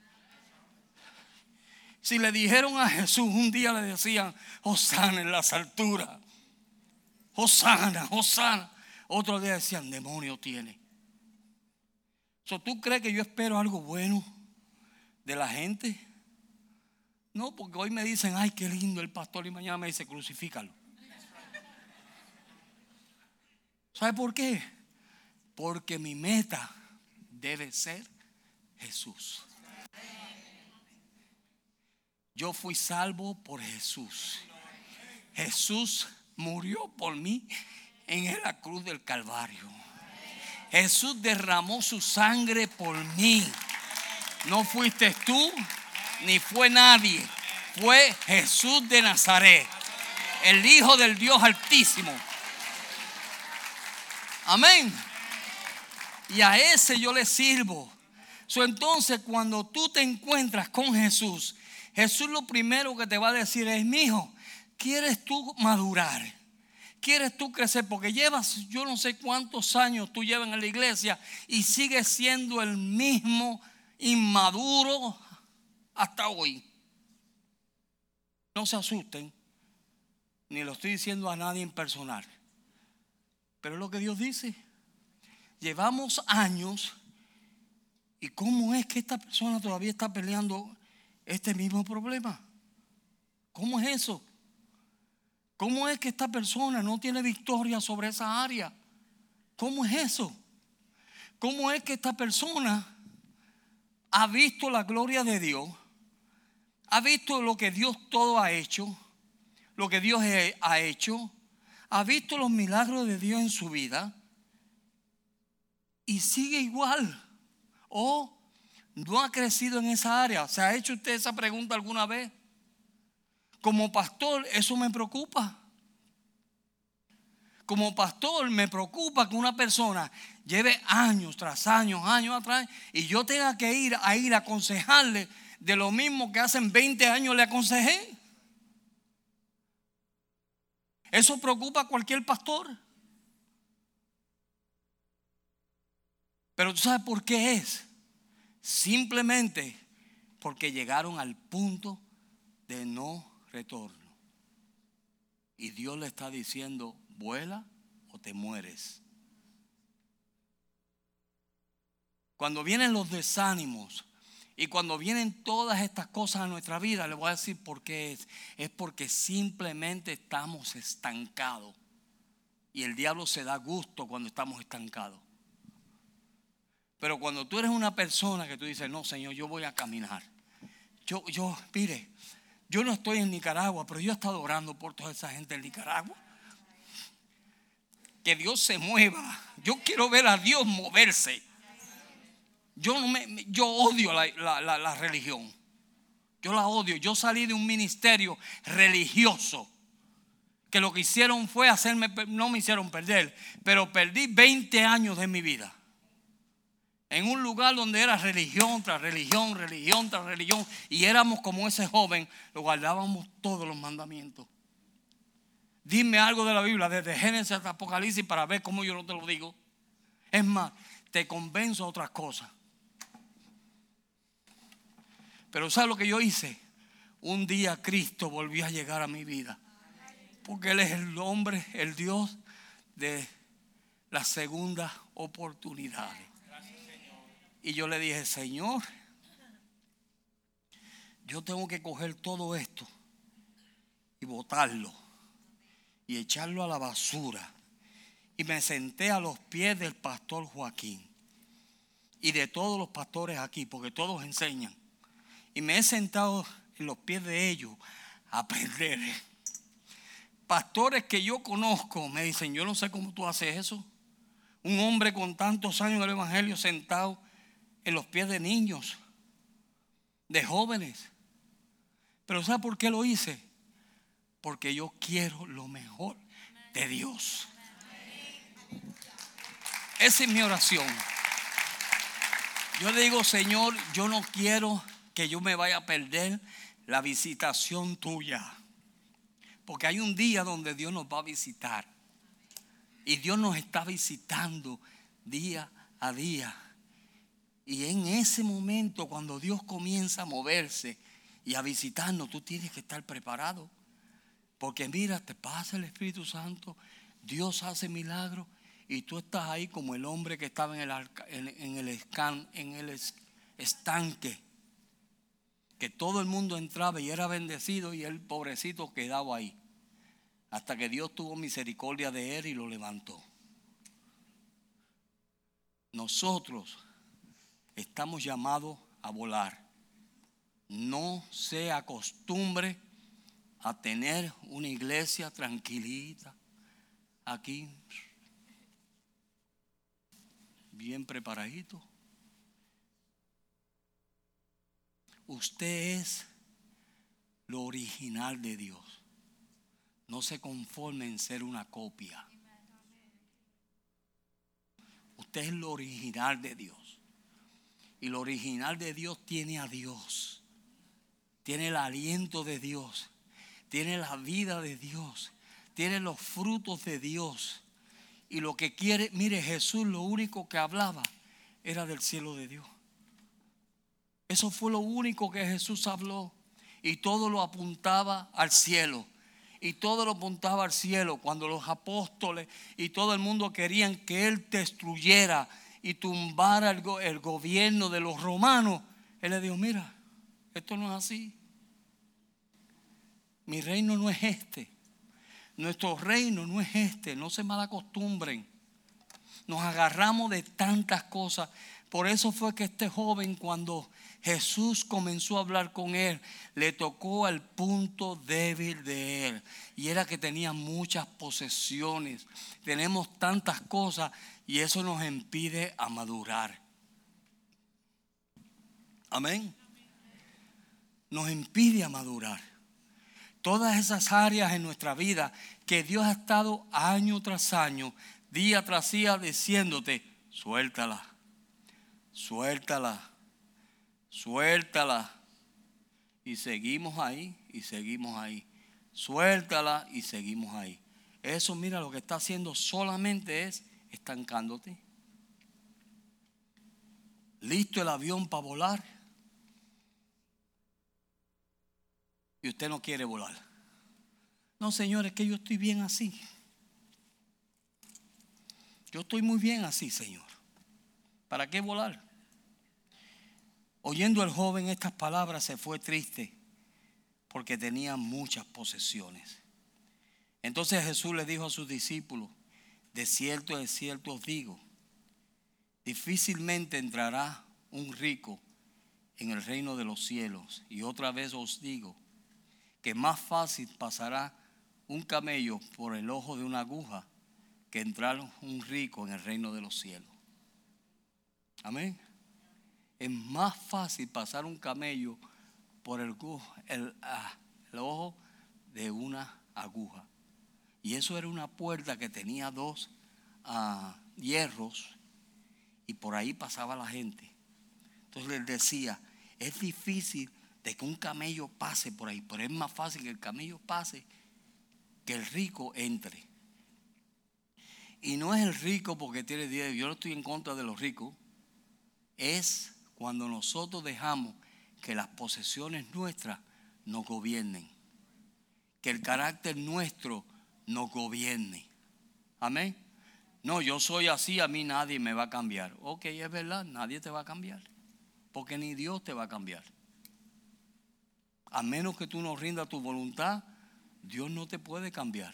Si le dijeron a Jesús, un día le decían, Hosana en las alturas. Hosana, Hosana. Otro día decían, demonio tiene. ¿Tú crees que yo espero algo bueno de la gente? No, porque hoy me dicen, ay, qué lindo el pastor, y mañana me dice, crucifícalo. ¿Sabe por qué? Porque mi meta debe ser Jesús. Yo fui salvo por Jesús. Jesús murió por mí en la cruz del Calvario. Jesús derramó su sangre por mí. No fuiste tú, ni fue nadie. Fue Jesús de Nazaret, el Hijo del Dios Altísimo. Amén. Y a ese yo le sirvo. Entonces, cuando tú te encuentras con Jesús, Jesús lo primero que te va a decir es, mijo, ¿quieres tú madurar? ¿Quieres tú crecer? Porque llevas, yo no sé cuántos años tú llevas en la iglesia y sigues siendo el mismo inmaduro hasta hoy. No se asusten, ni lo estoy diciendo a nadie en personal. Pero es lo que Dios dice. Llevamos años. ¿Y cómo es que esta persona todavía está peleando este mismo problema? ¿Cómo es eso? ¿Cómo es que esta persona no tiene victoria sobre esa área? ¿Cómo es eso? ¿Cómo es que esta persona ha visto la gloria de Dios? Ha visto lo que Dios todo ha hecho, lo que Dios ha hecho. Ha visto los milagros de Dios en su vida y sigue igual. ¿O no ha crecido en esa área? ¿Se ha hecho usted esa pregunta alguna vez? Como pastor, eso me preocupa. Como pastor, me preocupa que una persona lleve años tras años, años atrás, y yo tenga que ir a aconsejarle de lo mismo que hace 20 años le aconsejé. Eso preocupa a cualquier pastor. Pero ¿tú sabes por qué es? Simplemente porque llegaron al punto de no retorno. Y Dios le está diciendo, vuela o te mueres. Cuando vienen los desánimos y cuando vienen todas estas cosas a nuestra vida, le voy a decir por qué es. Es porque simplemente estamos estancados. Y el diablo se da gusto cuando estamos estancados. Pero cuando tú eres una persona que tú dices, no, Señor, yo voy a caminar. Mire, yo no estoy en Nicaragua, pero yo he estado orando por toda esa gente en Nicaragua. Que Dios se mueva. Yo quiero ver a Dios moverse. Yo odio la religión. Yo la odio. Yo salí de un ministerio religioso que lo que hicieron fue no me hicieron perder, pero perdí 20 años de mi vida. En un lugar donde era religión tras religión, religión tras religión. Y éramos como ese joven, lo guardábamos todos los mandamientos. Dime algo de la Biblia, desde Génesis hasta Apocalipsis, para ver cómo yo no te lo digo. Es más, te convenzo a otras cosas. Pero ¿sabes lo que yo hice? Un día Cristo volvió a llegar a mi vida. Porque Él es el hombre, el Dios de las segundas oportunidades. Y yo le dije, Señor, yo tengo que coger todo esto y botarlo y echarlo a la basura. Y me senté a los pies del pastor Joaquín y de todos los pastores aquí, porque todos enseñan. Y me he sentado en los pies de ellos a aprender. Pastores que yo conozco me dicen, yo no sé cómo tú haces eso. Un hombre con tantos años en el evangelio sentado en los pies de niños, de jóvenes. Pero ¿sabe por qué lo hice? Porque yo quiero lo mejor de Dios. Esa es mi oración. Yo le digo, Señor, yo no quiero que yo me vaya a perder la visitación tuya. Porque hay un día donde Dios nos va a visitar. Y Dios nos está visitando día a día. Y en ese momento, cuando Dios comienza a moverse y a visitarnos, tú tienes que estar preparado. Porque mira, te pasa el Espíritu Santo, Dios hace milagros y tú estás ahí como el hombre que estaba en el estanque. Que todo el mundo entraba y era bendecido y el pobrecito quedaba ahí. Hasta que Dios tuvo misericordia de él y lo levantó. Nosotros estamos llamados a volar. No se acostumbre a tener una iglesia tranquilita aquí, bien preparadito. Usted es lo original de Dios. No se conforme en ser una copia. Usted es lo original de Dios. Y lo original de Dios tiene a Dios. Tiene el aliento de Dios. Tiene la vida de Dios. Tiene los frutos de Dios. Y lo que quiere, mire, Jesús lo único que hablaba era del cielo de Dios. Eso fue lo único que Jesús habló. y todo lo apuntaba al cielo. Y todo lo apuntaba al cielo. Cuando los apóstoles y todo el mundo querían que Él destruyera y tumbara el gobierno de los romanos, Él le dijo: mira, esto no es así. Mi reino no es este. Nuestro reino no es este. No se malacostumbren. Nos agarramos de tantas cosas. Por eso fue que este joven, cuando Jesús comenzó a hablar con él, le tocó al punto débil de él. Y era que tenía muchas posesiones. Tenemos tantas cosas y eso nos impide a madurar. Amén. Nos impide a madurar. Todas esas áreas en nuestra vida que Dios ha estado año tras año, día tras día, diciéndote: suéltala, suéltala, suéltala. Y seguimos ahí, y seguimos ahí. Suéltala y seguimos ahí. Eso, mira, lo que está haciendo solamente es estancándote. Listo el avión para volar. Y usted no quiere volar. No, Señor, es que yo estoy bien así. Yo estoy muy bien así, Señor. ¿Para qué volar? Oyendo el joven estas palabras, se fue triste porque tenía muchas posesiones. Entonces Jesús le dijo a sus discípulos: de cierto os digo, difícilmente entrará un rico en el reino de los cielos. Y otra vez os digo que más fácil pasará un camello por el ojo de una aguja que entrar un rico en el reino de los cielos. Amén. Es más fácil pasar un camello por el ojo de una aguja. Y eso era una puerta que tenía dos hierros, y por ahí pasaba la gente. Entonces les decía: es difícil de que un camello pase por ahí, pero es más fácil que el camello pase que el rico entre. Y no es el rico porque tiene dinero. Yo no estoy en contra de los ricos. Es cuando nosotros dejamos que las posesiones nuestras nos gobiernen, que el carácter nuestro nos gobierne. Amén. No, yo soy así, a mí nadie me va a cambiar. Ok, es verdad, nadie te va a cambiar, porque ni Dios te va a cambiar. A menos que tú no rindas tu voluntad, Dios no te puede cambiar.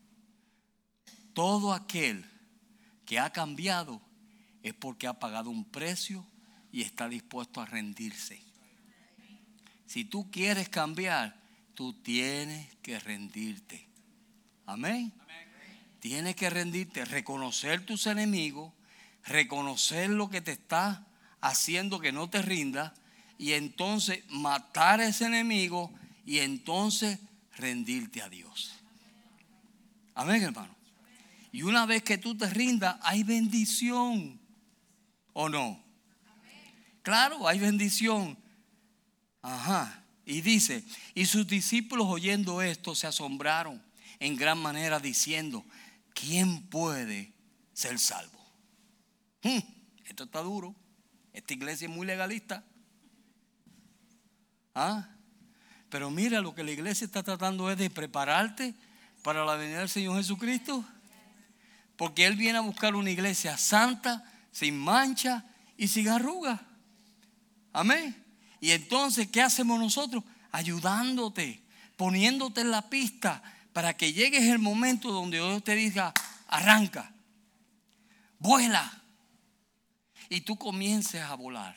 Todo aquel que ha cambiado es porque ha pagado un precio y está dispuesto a rendirse. Si tú quieres cambiar, tú tienes que rendirte. Amén. Tienes que rendirte, reconocer tus enemigos, reconocer lo que te está haciendo que no te rindas, y entonces matar a ese enemigo, y entonces rendirte a Dios. Amén, hermano. Y una vez que tú te rindas, hay bendición, ¿o no? Claro, hay bendición. Ajá. Y dice: y sus discípulos, oyendo esto, se asombraron en gran manera, diciendo: ¿quién puede ser salvo? Esto está duro. Esta iglesia es muy legalista. Pero mira, lo que la iglesia está tratando es de prepararte para la venida del Señor Jesucristo. Porque Él viene a buscar una iglesia santa, sin mancha y sin arruga. Amén. Y entonces, ¿qué hacemos nosotros? Ayudándote, poniéndote en la pista, para que llegues el momento donde Dios te diga: arranca, vuela, y tú comiences a volar.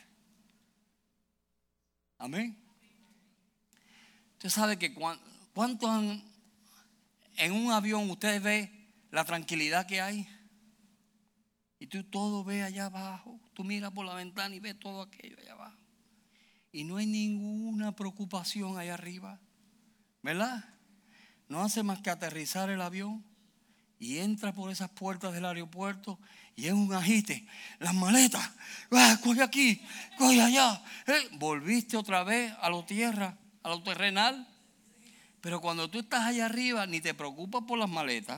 Amén. Usted sabe que cuánto en un avión usted ve la tranquilidad que hay, y tú todo ves allá abajo. Tú miras por la ventana y ves todo aquello allá abajo, y no hay ninguna preocupación allá arriba, ¿verdad? No hace más que aterrizar el avión y entra por esas puertas del aeropuerto y es un agite. Las maletas, coge aquí, coge allá. Volviste otra vez a lo tierra, a lo terrenal. Pero cuando tú estás allá arriba, ni te preocupas por las maletas.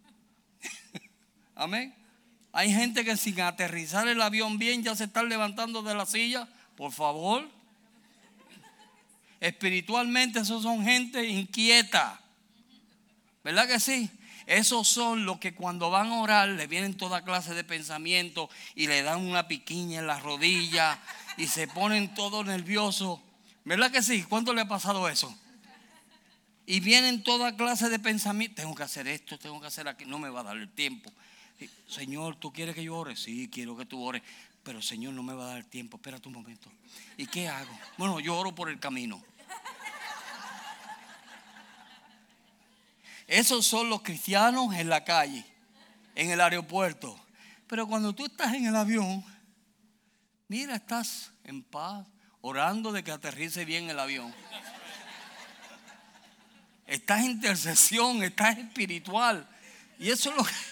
Amén. Hay gente que sin aterrizar el avión bien ya se están levantando de la silla. Por favor. Espiritualmente esos son gente inquieta. ¿Verdad que sí? Esos son los que cuando van a orar le vienen toda clase de pensamientos y le dan una piquiña en la rodilla y se ponen todos nerviosos. ¿Verdad que sí? ¿Cuánto le ha pasado eso? Y vienen toda clase de pensamientos. Tengo que hacer esto, tengo que hacer aquello. No me va a dar el tiempo. Señor, ¿tú quieres que yo ore? Sí, quiero que tú ores. Pero Señor, no me va a dar el tiempo. Espérate un momento. ¿Y qué hago? Bueno, yo oro por el camino. Esos son los cristianos en la calle, en el aeropuerto. Pero cuando tú estás en el avión, mira, estás en paz, orando de que aterrice bien el avión. Estás en intercesión, estás espiritual. Y eso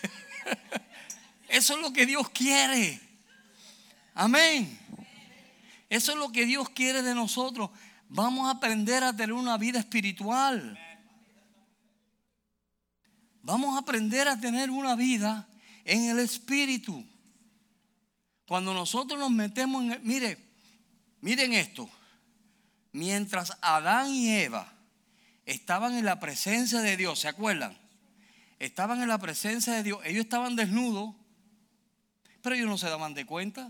es lo que Dios quiere. Amén. Eso es lo que Dios quiere de nosotros. Vamos a aprender a tener una vida espiritual. Vamos a aprender a tener una vida en el Espíritu. Cuando nosotros nos metemos en miren esto. Mientras Adán y Eva estaban en la presencia de Dios, ¿se acuerdan? Estaban en la presencia de Dios. Ellos estaban desnudos, pero ellos no se daban de cuenta.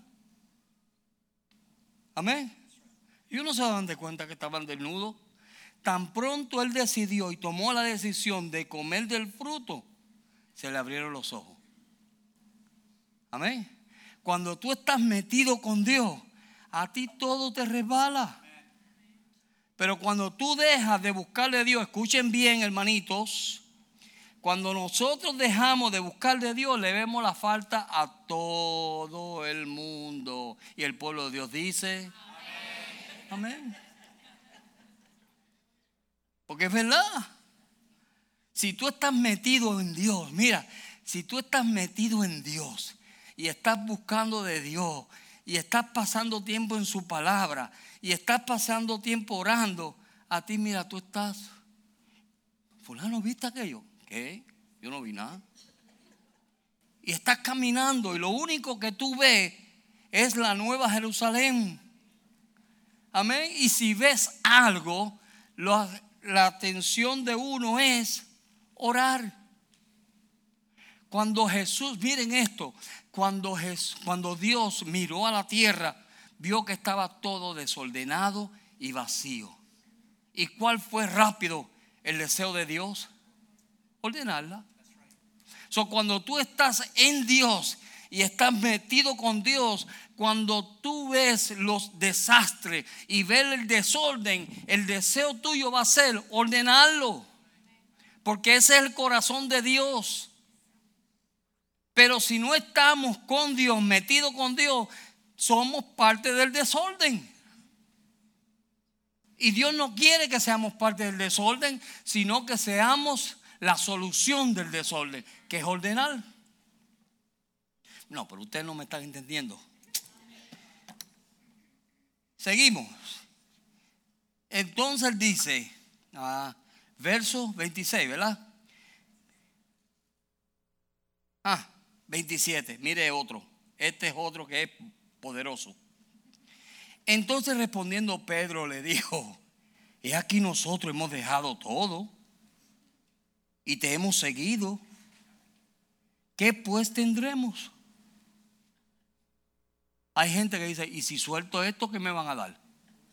Amén. Ellos no se daban de cuenta que estaban desnudos. Tan pronto él decidió y tomó la decisión de comer del fruto, se le abrieron los ojos. Amén. Cuando tú estás metido con Dios, a ti todo te resbala. Pero cuando tú dejas de buscarle a Dios, escuchen bien, hermanitos, cuando nosotros dejamos de buscarle a Dios, le vemos la falta a todo el mundo. Y el pueblo de Dios dice, amén. Amén. Porque es verdad. Si tú estás metido en Dios, mira, si tú estás metido en Dios y estás buscando de Dios y estás pasando tiempo en su palabra y estás pasando tiempo orando, a ti, mira, tú estás, fulano, ¿viste aquello? ¿Qué? Yo no vi nada. Y estás caminando y lo único que tú ves es la Nueva Jerusalén. Amén. Y si ves algo, la atención de uno es orar. Cuando Jesús, miren esto, cuando Dios miró a la tierra, vio que estaba todo desordenado y vacío. ¿Y cuál fue rápido el deseo de Dios? Ordenarla. Cuando tú estás en Dios y estás metido con Dios, cuando tú ves los desastres y ves el desorden, el deseo tuyo va a ser ordenarlo, porque ese es el corazón de Dios. Pero si no estamos con Dios, metidos con Dios, somos parte del desorden. Y Dios no quiere que seamos parte del desorden, sino que seamos la solución del desorden, que es ordenar. No, pero ustedes no me están entendiendo. Seguimos. Entonces dice, verso 26, ¿verdad? 27, mire otro. Este es otro que es poderoso. Entonces respondiendo Pedro le dijo, he aquí nosotros hemos dejado todo y te hemos seguido. ¿Qué pues tendremos? Hay gente que dice, ¿y si suelto esto, qué me van a dar?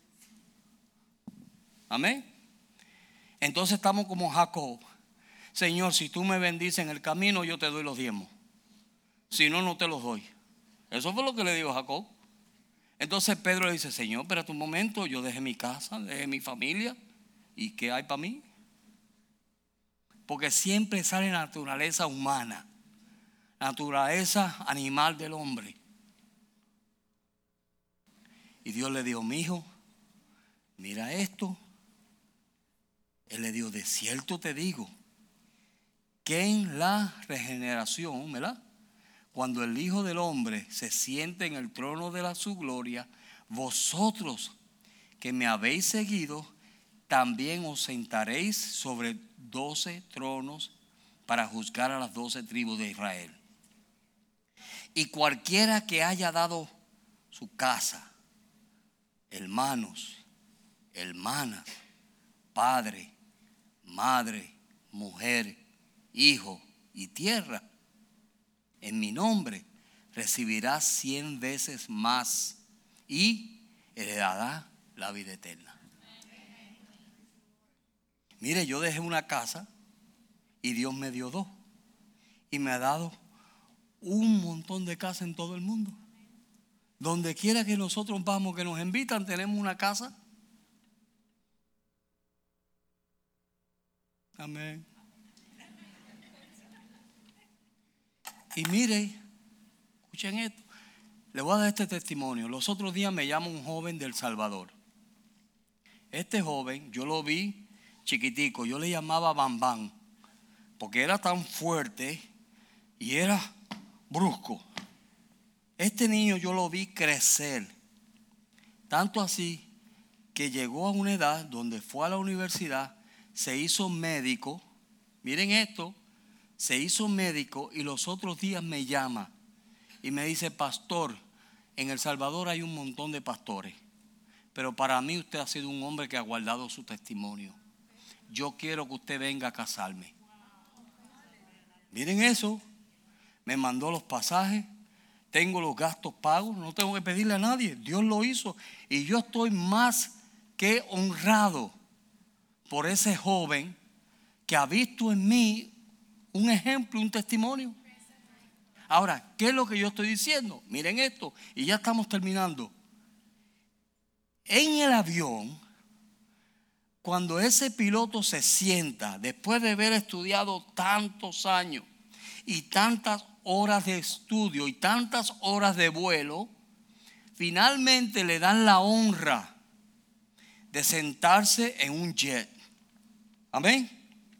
Amén. Entonces estamos como Jacob. Señor, si tú me bendices en el camino, yo te doy los diezmos. Si no, no te los doy. Eso fue lo que le dijo Jacob. Entonces Pedro le dice, Señor, espérate un momento, yo dejé mi casa, dejé mi familia. ¿Y qué hay para mí? Porque siempre sale la naturaleza humana, naturaleza animal del hombre. Y Dios le dijo, mi hijo, mira esto. Él le dijo, de cierto te digo, que en la regeneración, ¿verdad? Cuando el Hijo del Hombre se siente en el trono de su gloria, vosotros que me habéis seguido, también os sentaréis sobre 12 tronos para juzgar a las 12 tribus de Israel. Y cualquiera que haya dado su casa, hermanos, hermanas, padre, madre, mujer, hijo y tierra, en mi nombre, recibirás 100 veces más y heredará la vida eterna. Mire, yo dejé una casa y Dios me dio 2. Y me ha dado un montón de casas en todo el mundo. Donde quiera que nosotros vamos, que nos invitan, tenemos una casa. Amén. Y mire, escuchen esto. Le voy a dar este testimonio. Los otros días me llama un joven de El Salvador. Este joven, yo lo vi chiquitico. Yo le llamaba Bam Bam, porque era tan fuerte y era brusco. Este niño yo lo vi crecer. Tanto así que llegó a una edad donde fue a la universidad, se hizo médico. Miren esto. Se hizo médico y los otros días me llama y me dice: pastor, en El Salvador hay un montón de pastores, pero para mí usted ha sido un hombre que ha guardado su testimonio. Yo quiero que usted venga a casarme. Miren eso. Me mandó los pasajes, tengo los gastos pagos, no tengo que pedirle a nadie. Dios lo hizo y yo estoy más que honrado por ese joven que ha visto en mí un ejemplo, un testimonio. Ahora, ¿qué es lo que yo estoy diciendo? Miren esto, y ya estamos terminando. En el avión, cuando ese piloto se sienta, después de haber estudiado tantos años y tantas horas de estudio y tantas horas de vuelo, finalmente le dan la honra de sentarse en un jet. Amén.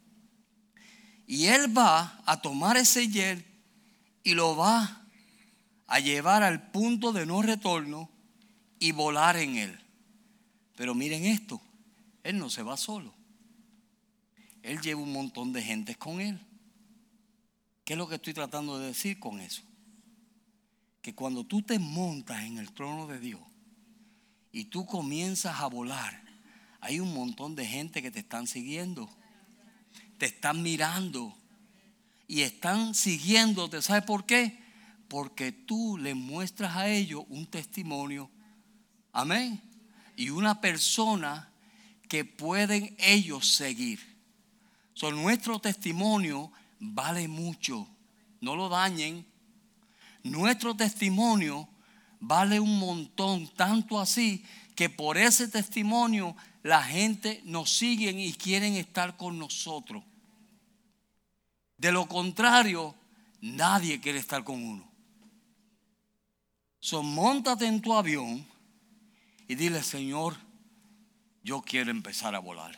Y él va a tomar ese jet y lo va a llevar al punto de no retorno y volar en él. Pero miren esto, él no se va solo. Él lleva un montón de gente con él. ¿Qué es lo que estoy tratando de decir con eso? Que cuando tú te montas en el trono de Dios y tú comienzas a volar, hay un montón de gente que te están siguiendo. Te están mirando y están siguiéndote. ¿Sabe por qué? Porque tú le muestras a ellos un testimonio. Amén. Y una persona que pueden ellos seguir. Nuestro testimonio vale mucho. No lo dañen. Nuestro testimonio vale un montón. Tanto así que por ese testimonio la gente nos sigue y quieren estar con nosotros. De lo contrario, nadie quiere estar con uno. Móntate en tu avión y dile: Señor, yo quiero empezar a volar.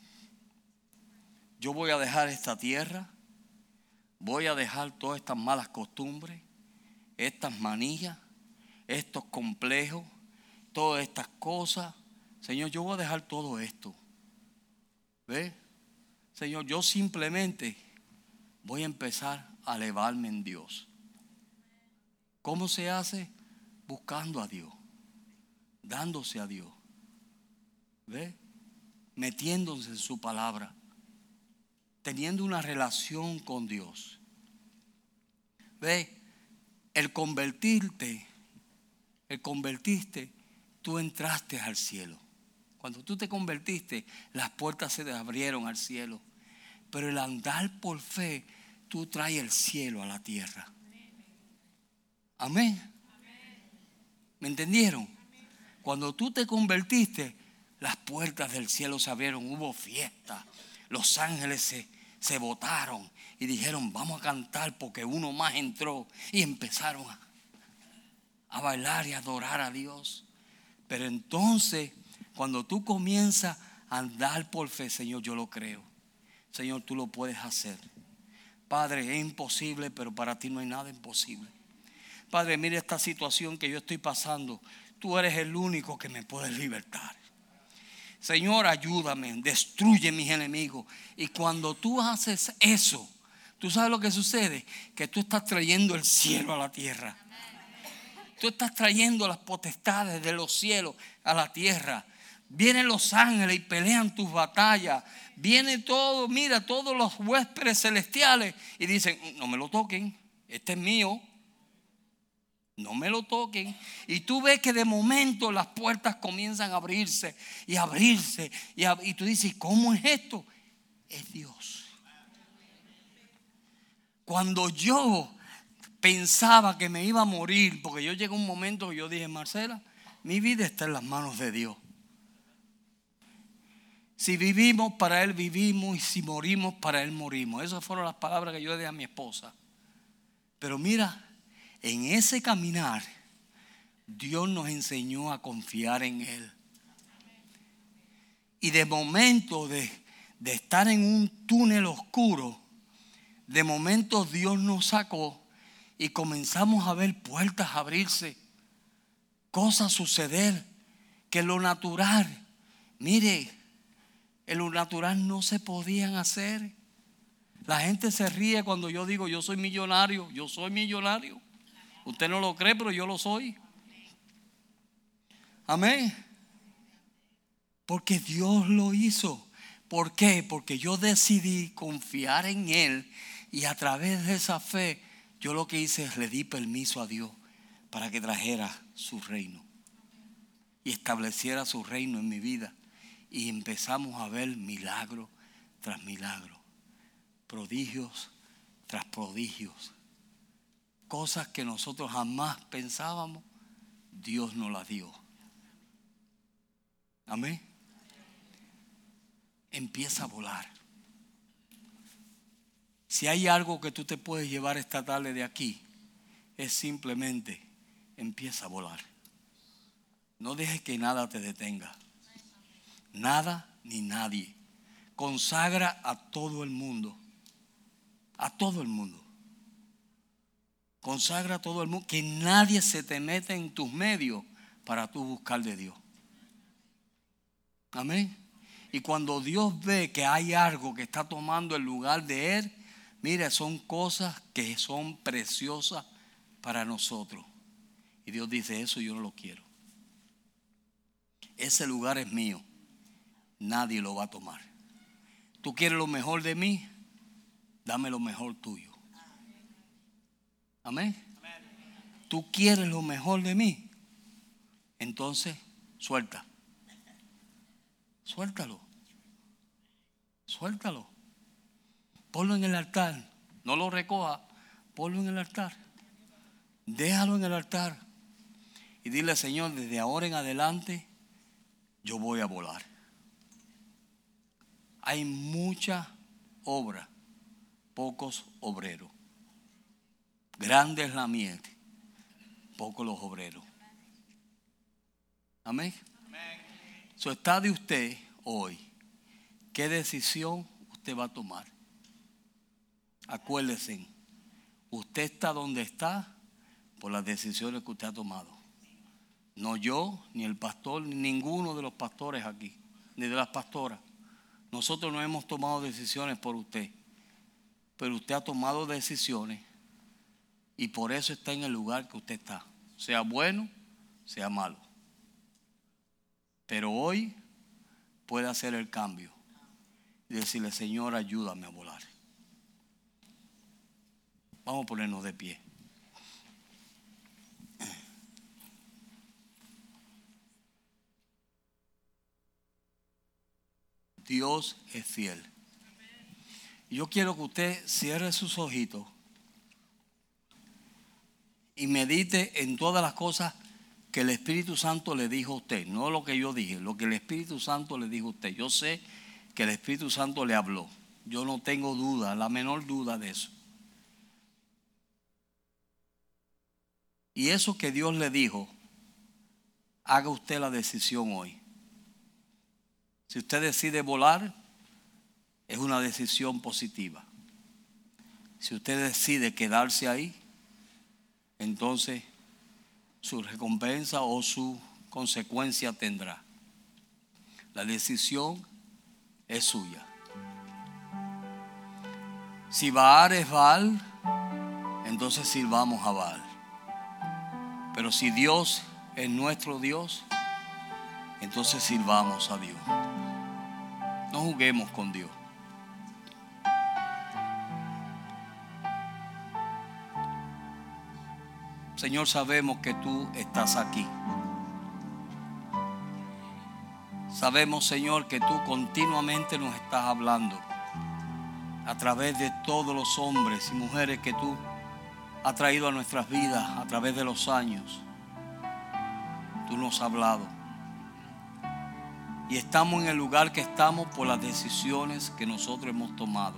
Yo voy a dejar esta tierra, voy a dejar todas estas malas costumbres, estas manillas, estos complejos, todas estas cosas. Señor, yo voy a dejar todo esto. ¿Ve? Señor, yo simplemente voy a empezar a elevarme en Dios. ¿Cómo se hace? Buscando a Dios, dándose a Dios. ¿Ve? Metiéndose en su palabra, teniendo una relación con Dios. ¿Ve? El convertirte, tú entraste al cielo. Cuando tú te convertiste, las puertas se te abrieron al cielo. Pero el andar por fe, tú traes el cielo a la tierra. Amén. ¿Me entendieron? Cuando tú te convertiste, las puertas del cielo se abrieron, hubo fiesta. Los ángeles se botaron y dijeron: vamos a cantar porque uno más entró. Y empezaron a bailar y a adorar a Dios. Pero entonces, cuando tú comienzas a andar por fe, Señor, yo lo creo. Señor, tú lo puedes hacer. Padre, es imposible, pero para ti no hay nada imposible. Padre, mire esta situación que yo estoy pasando. Tú eres el único que me puede libertar. Señor, ayúdame, destruye mis enemigos. Y cuando tú haces eso, ¿tú sabes lo que sucede? Que tú estás trayendo el cielo a la tierra. Tú estás trayendo las potestades de los cielos a la tierra. Vienen los ángeles y pelean tus batallas. Viene todo, mira, todos los huéspedes celestiales y dicen, no me lo toquen, este es mío. No me lo toquen. Y tú ves que de momento las puertas comienzan a abrirse y abrirse. Y tú dices, ¿cómo es esto? Es Dios. Cuando yo pensaba que me iba a morir, porque yo llegué a un momento que yo dije, Marcela, mi vida está en las manos de Dios. Si vivimos, para Él vivimos, y si morimos, para Él morimos. Esas fueron las palabras que yo le dije a mi esposa. Pero mira, en ese caminar, Dios nos enseñó a confiar en Él. Y de momento de estar en un túnel oscuro, de momento Dios nos sacó y comenzamos a ver puertas abrirse, cosas suceder, que en lo natural, mire, en lo natural no se podían hacer. La gente se ríe cuando yo digo, yo soy millonario, yo soy millonario. Usted no lo cree, pero yo lo soy. Amén. Porque Dios lo hizo. ¿Por qué? Porque yo decidí confiar en Él. Y a través de esa fe, yo lo que hice es le di permiso a Dios para que trajera su reino. Y estableciera su reino en mi vida. Y empezamos a ver milagro tras milagro. Prodigios tras prodigios. Cosas que nosotros jamás pensábamos, Dios nos las dio. Amén. Empieza a volar. Si hay algo que tú te puedes llevar esta tarde de aquí, es simplemente empieza a volar. No dejes que nada te detenga. Nada ni nadie. Consagra a todo el mundo. A todo el mundo. Consagra a todo el mundo, que nadie se te meta en tus medios para tú buscar de Dios. Amén. Y cuando Dios ve que hay algo que está tomando el lugar de Él, mira, son cosas que son preciosas para nosotros. Y Dios dice, eso yo no lo quiero. Ese lugar es mío. Nadie lo va a tomar. ¿Tú quieres lo mejor de mí? Dame lo mejor tuyo. Amén. ¿Tú quieres lo mejor de mí? Entonces, suelta. Suéltalo. Suéltalo. Ponlo en el altar. No lo recoja. Ponlo en el altar. Déjalo en el altar. Y dile, Señor, desde ahora en adelante, yo voy a volar. Hay mucha obra, pocos obreros. Grande es la mies, pocos los obreros. Amén. So, está de usted hoy. ¿Qué decisión usted va a tomar? Acuérdese, usted está donde está por las decisiones que usted ha tomado. No yo, ni el pastor, ni ninguno de los pastores aquí, ni de las pastoras. Nosotros no hemos tomado decisiones por usted, pero usted ha tomado decisiones y por eso está en el lugar que usted está, sea bueno, sea malo. Pero hoy puede hacer el cambio y decirle, Señor, ayúdame a volar. Vamos a ponernos de pie. Dios es fiel. Yo quiero que usted cierre sus ojitos y medite en todas las cosas que el Espíritu Santo le dijo a usted. No lo que yo dije, lo que el Espíritu Santo le dijo a usted. Yo sé que el Espíritu Santo le habló. Yo no tengo duda, la menor duda de eso. Y eso que Dios le dijo, haga usted la decisión hoy. Si usted decide volar, es una decisión positiva. Si usted decide quedarse ahí, entonces su recompensa o su consecuencia tendrá. La decisión es suya. Si Baal es Baal, entonces sirvamos a Baal. Pero si Dios es nuestro Dios, entonces sirvamos a Dios. No juguemos con Dios. Señor, sabemos que tú estás aquí. Sabemos, Señor, que tú continuamente nos estás hablando a través de todos los hombres y mujeres que tú has traído a nuestras vidas a través de los años. Tú nos has hablado. Y estamos en el lugar que estamos por las decisiones que nosotros hemos tomado.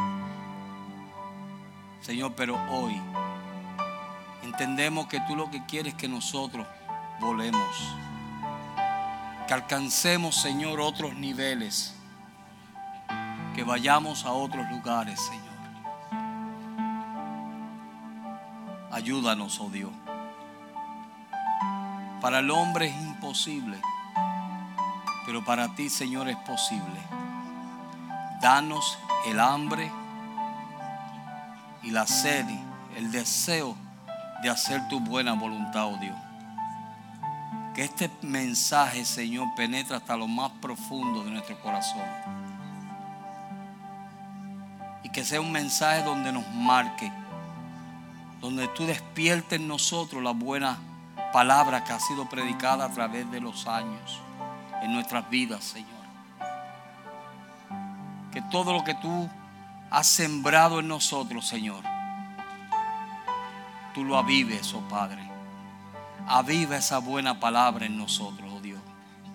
Señor, pero hoy entendemos que tú lo que quieres es que nosotros volemos. Que alcancemos, Señor, otros niveles. Que vayamos a otros lugares, Señor. Ayúdanos, oh Dios. Para el hombre es imposible, pero para ti, Señor, es posible. Danos el hambre y la sed, el deseo de hacer tu buena voluntad, oh Dios. Que este mensaje, Señor, penetre hasta lo más profundo de nuestro corazón. Y que sea un mensaje donde nos marque, donde tú despiertes en nosotros la buena palabra que ha sido predicada a través de los años en nuestras vidas, Señor. Que todo lo que tú has sembrado en nosotros, Señor, tú lo avives, oh Padre. Aviva esa buena palabra en nosotros, oh Dios.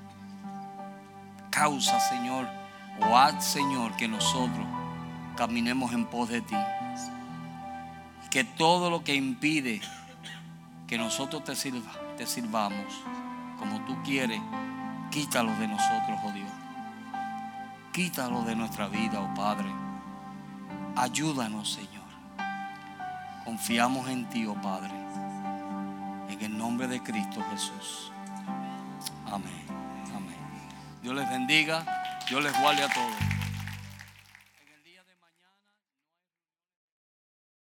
Causa, Señor, o haz, Señor, que nosotros caminemos en pos de ti. Que todo lo que impide que nosotros te sirvamos como tú quieres, quítalo de nosotros, oh Dios. Quítalo de nuestra vida, oh Padre. Ayúdanos, Señor. Confiamos en ti, oh Padre. En el nombre de Cristo Jesús. Amén. Amén. Dios les bendiga. Dios les guarde a todos.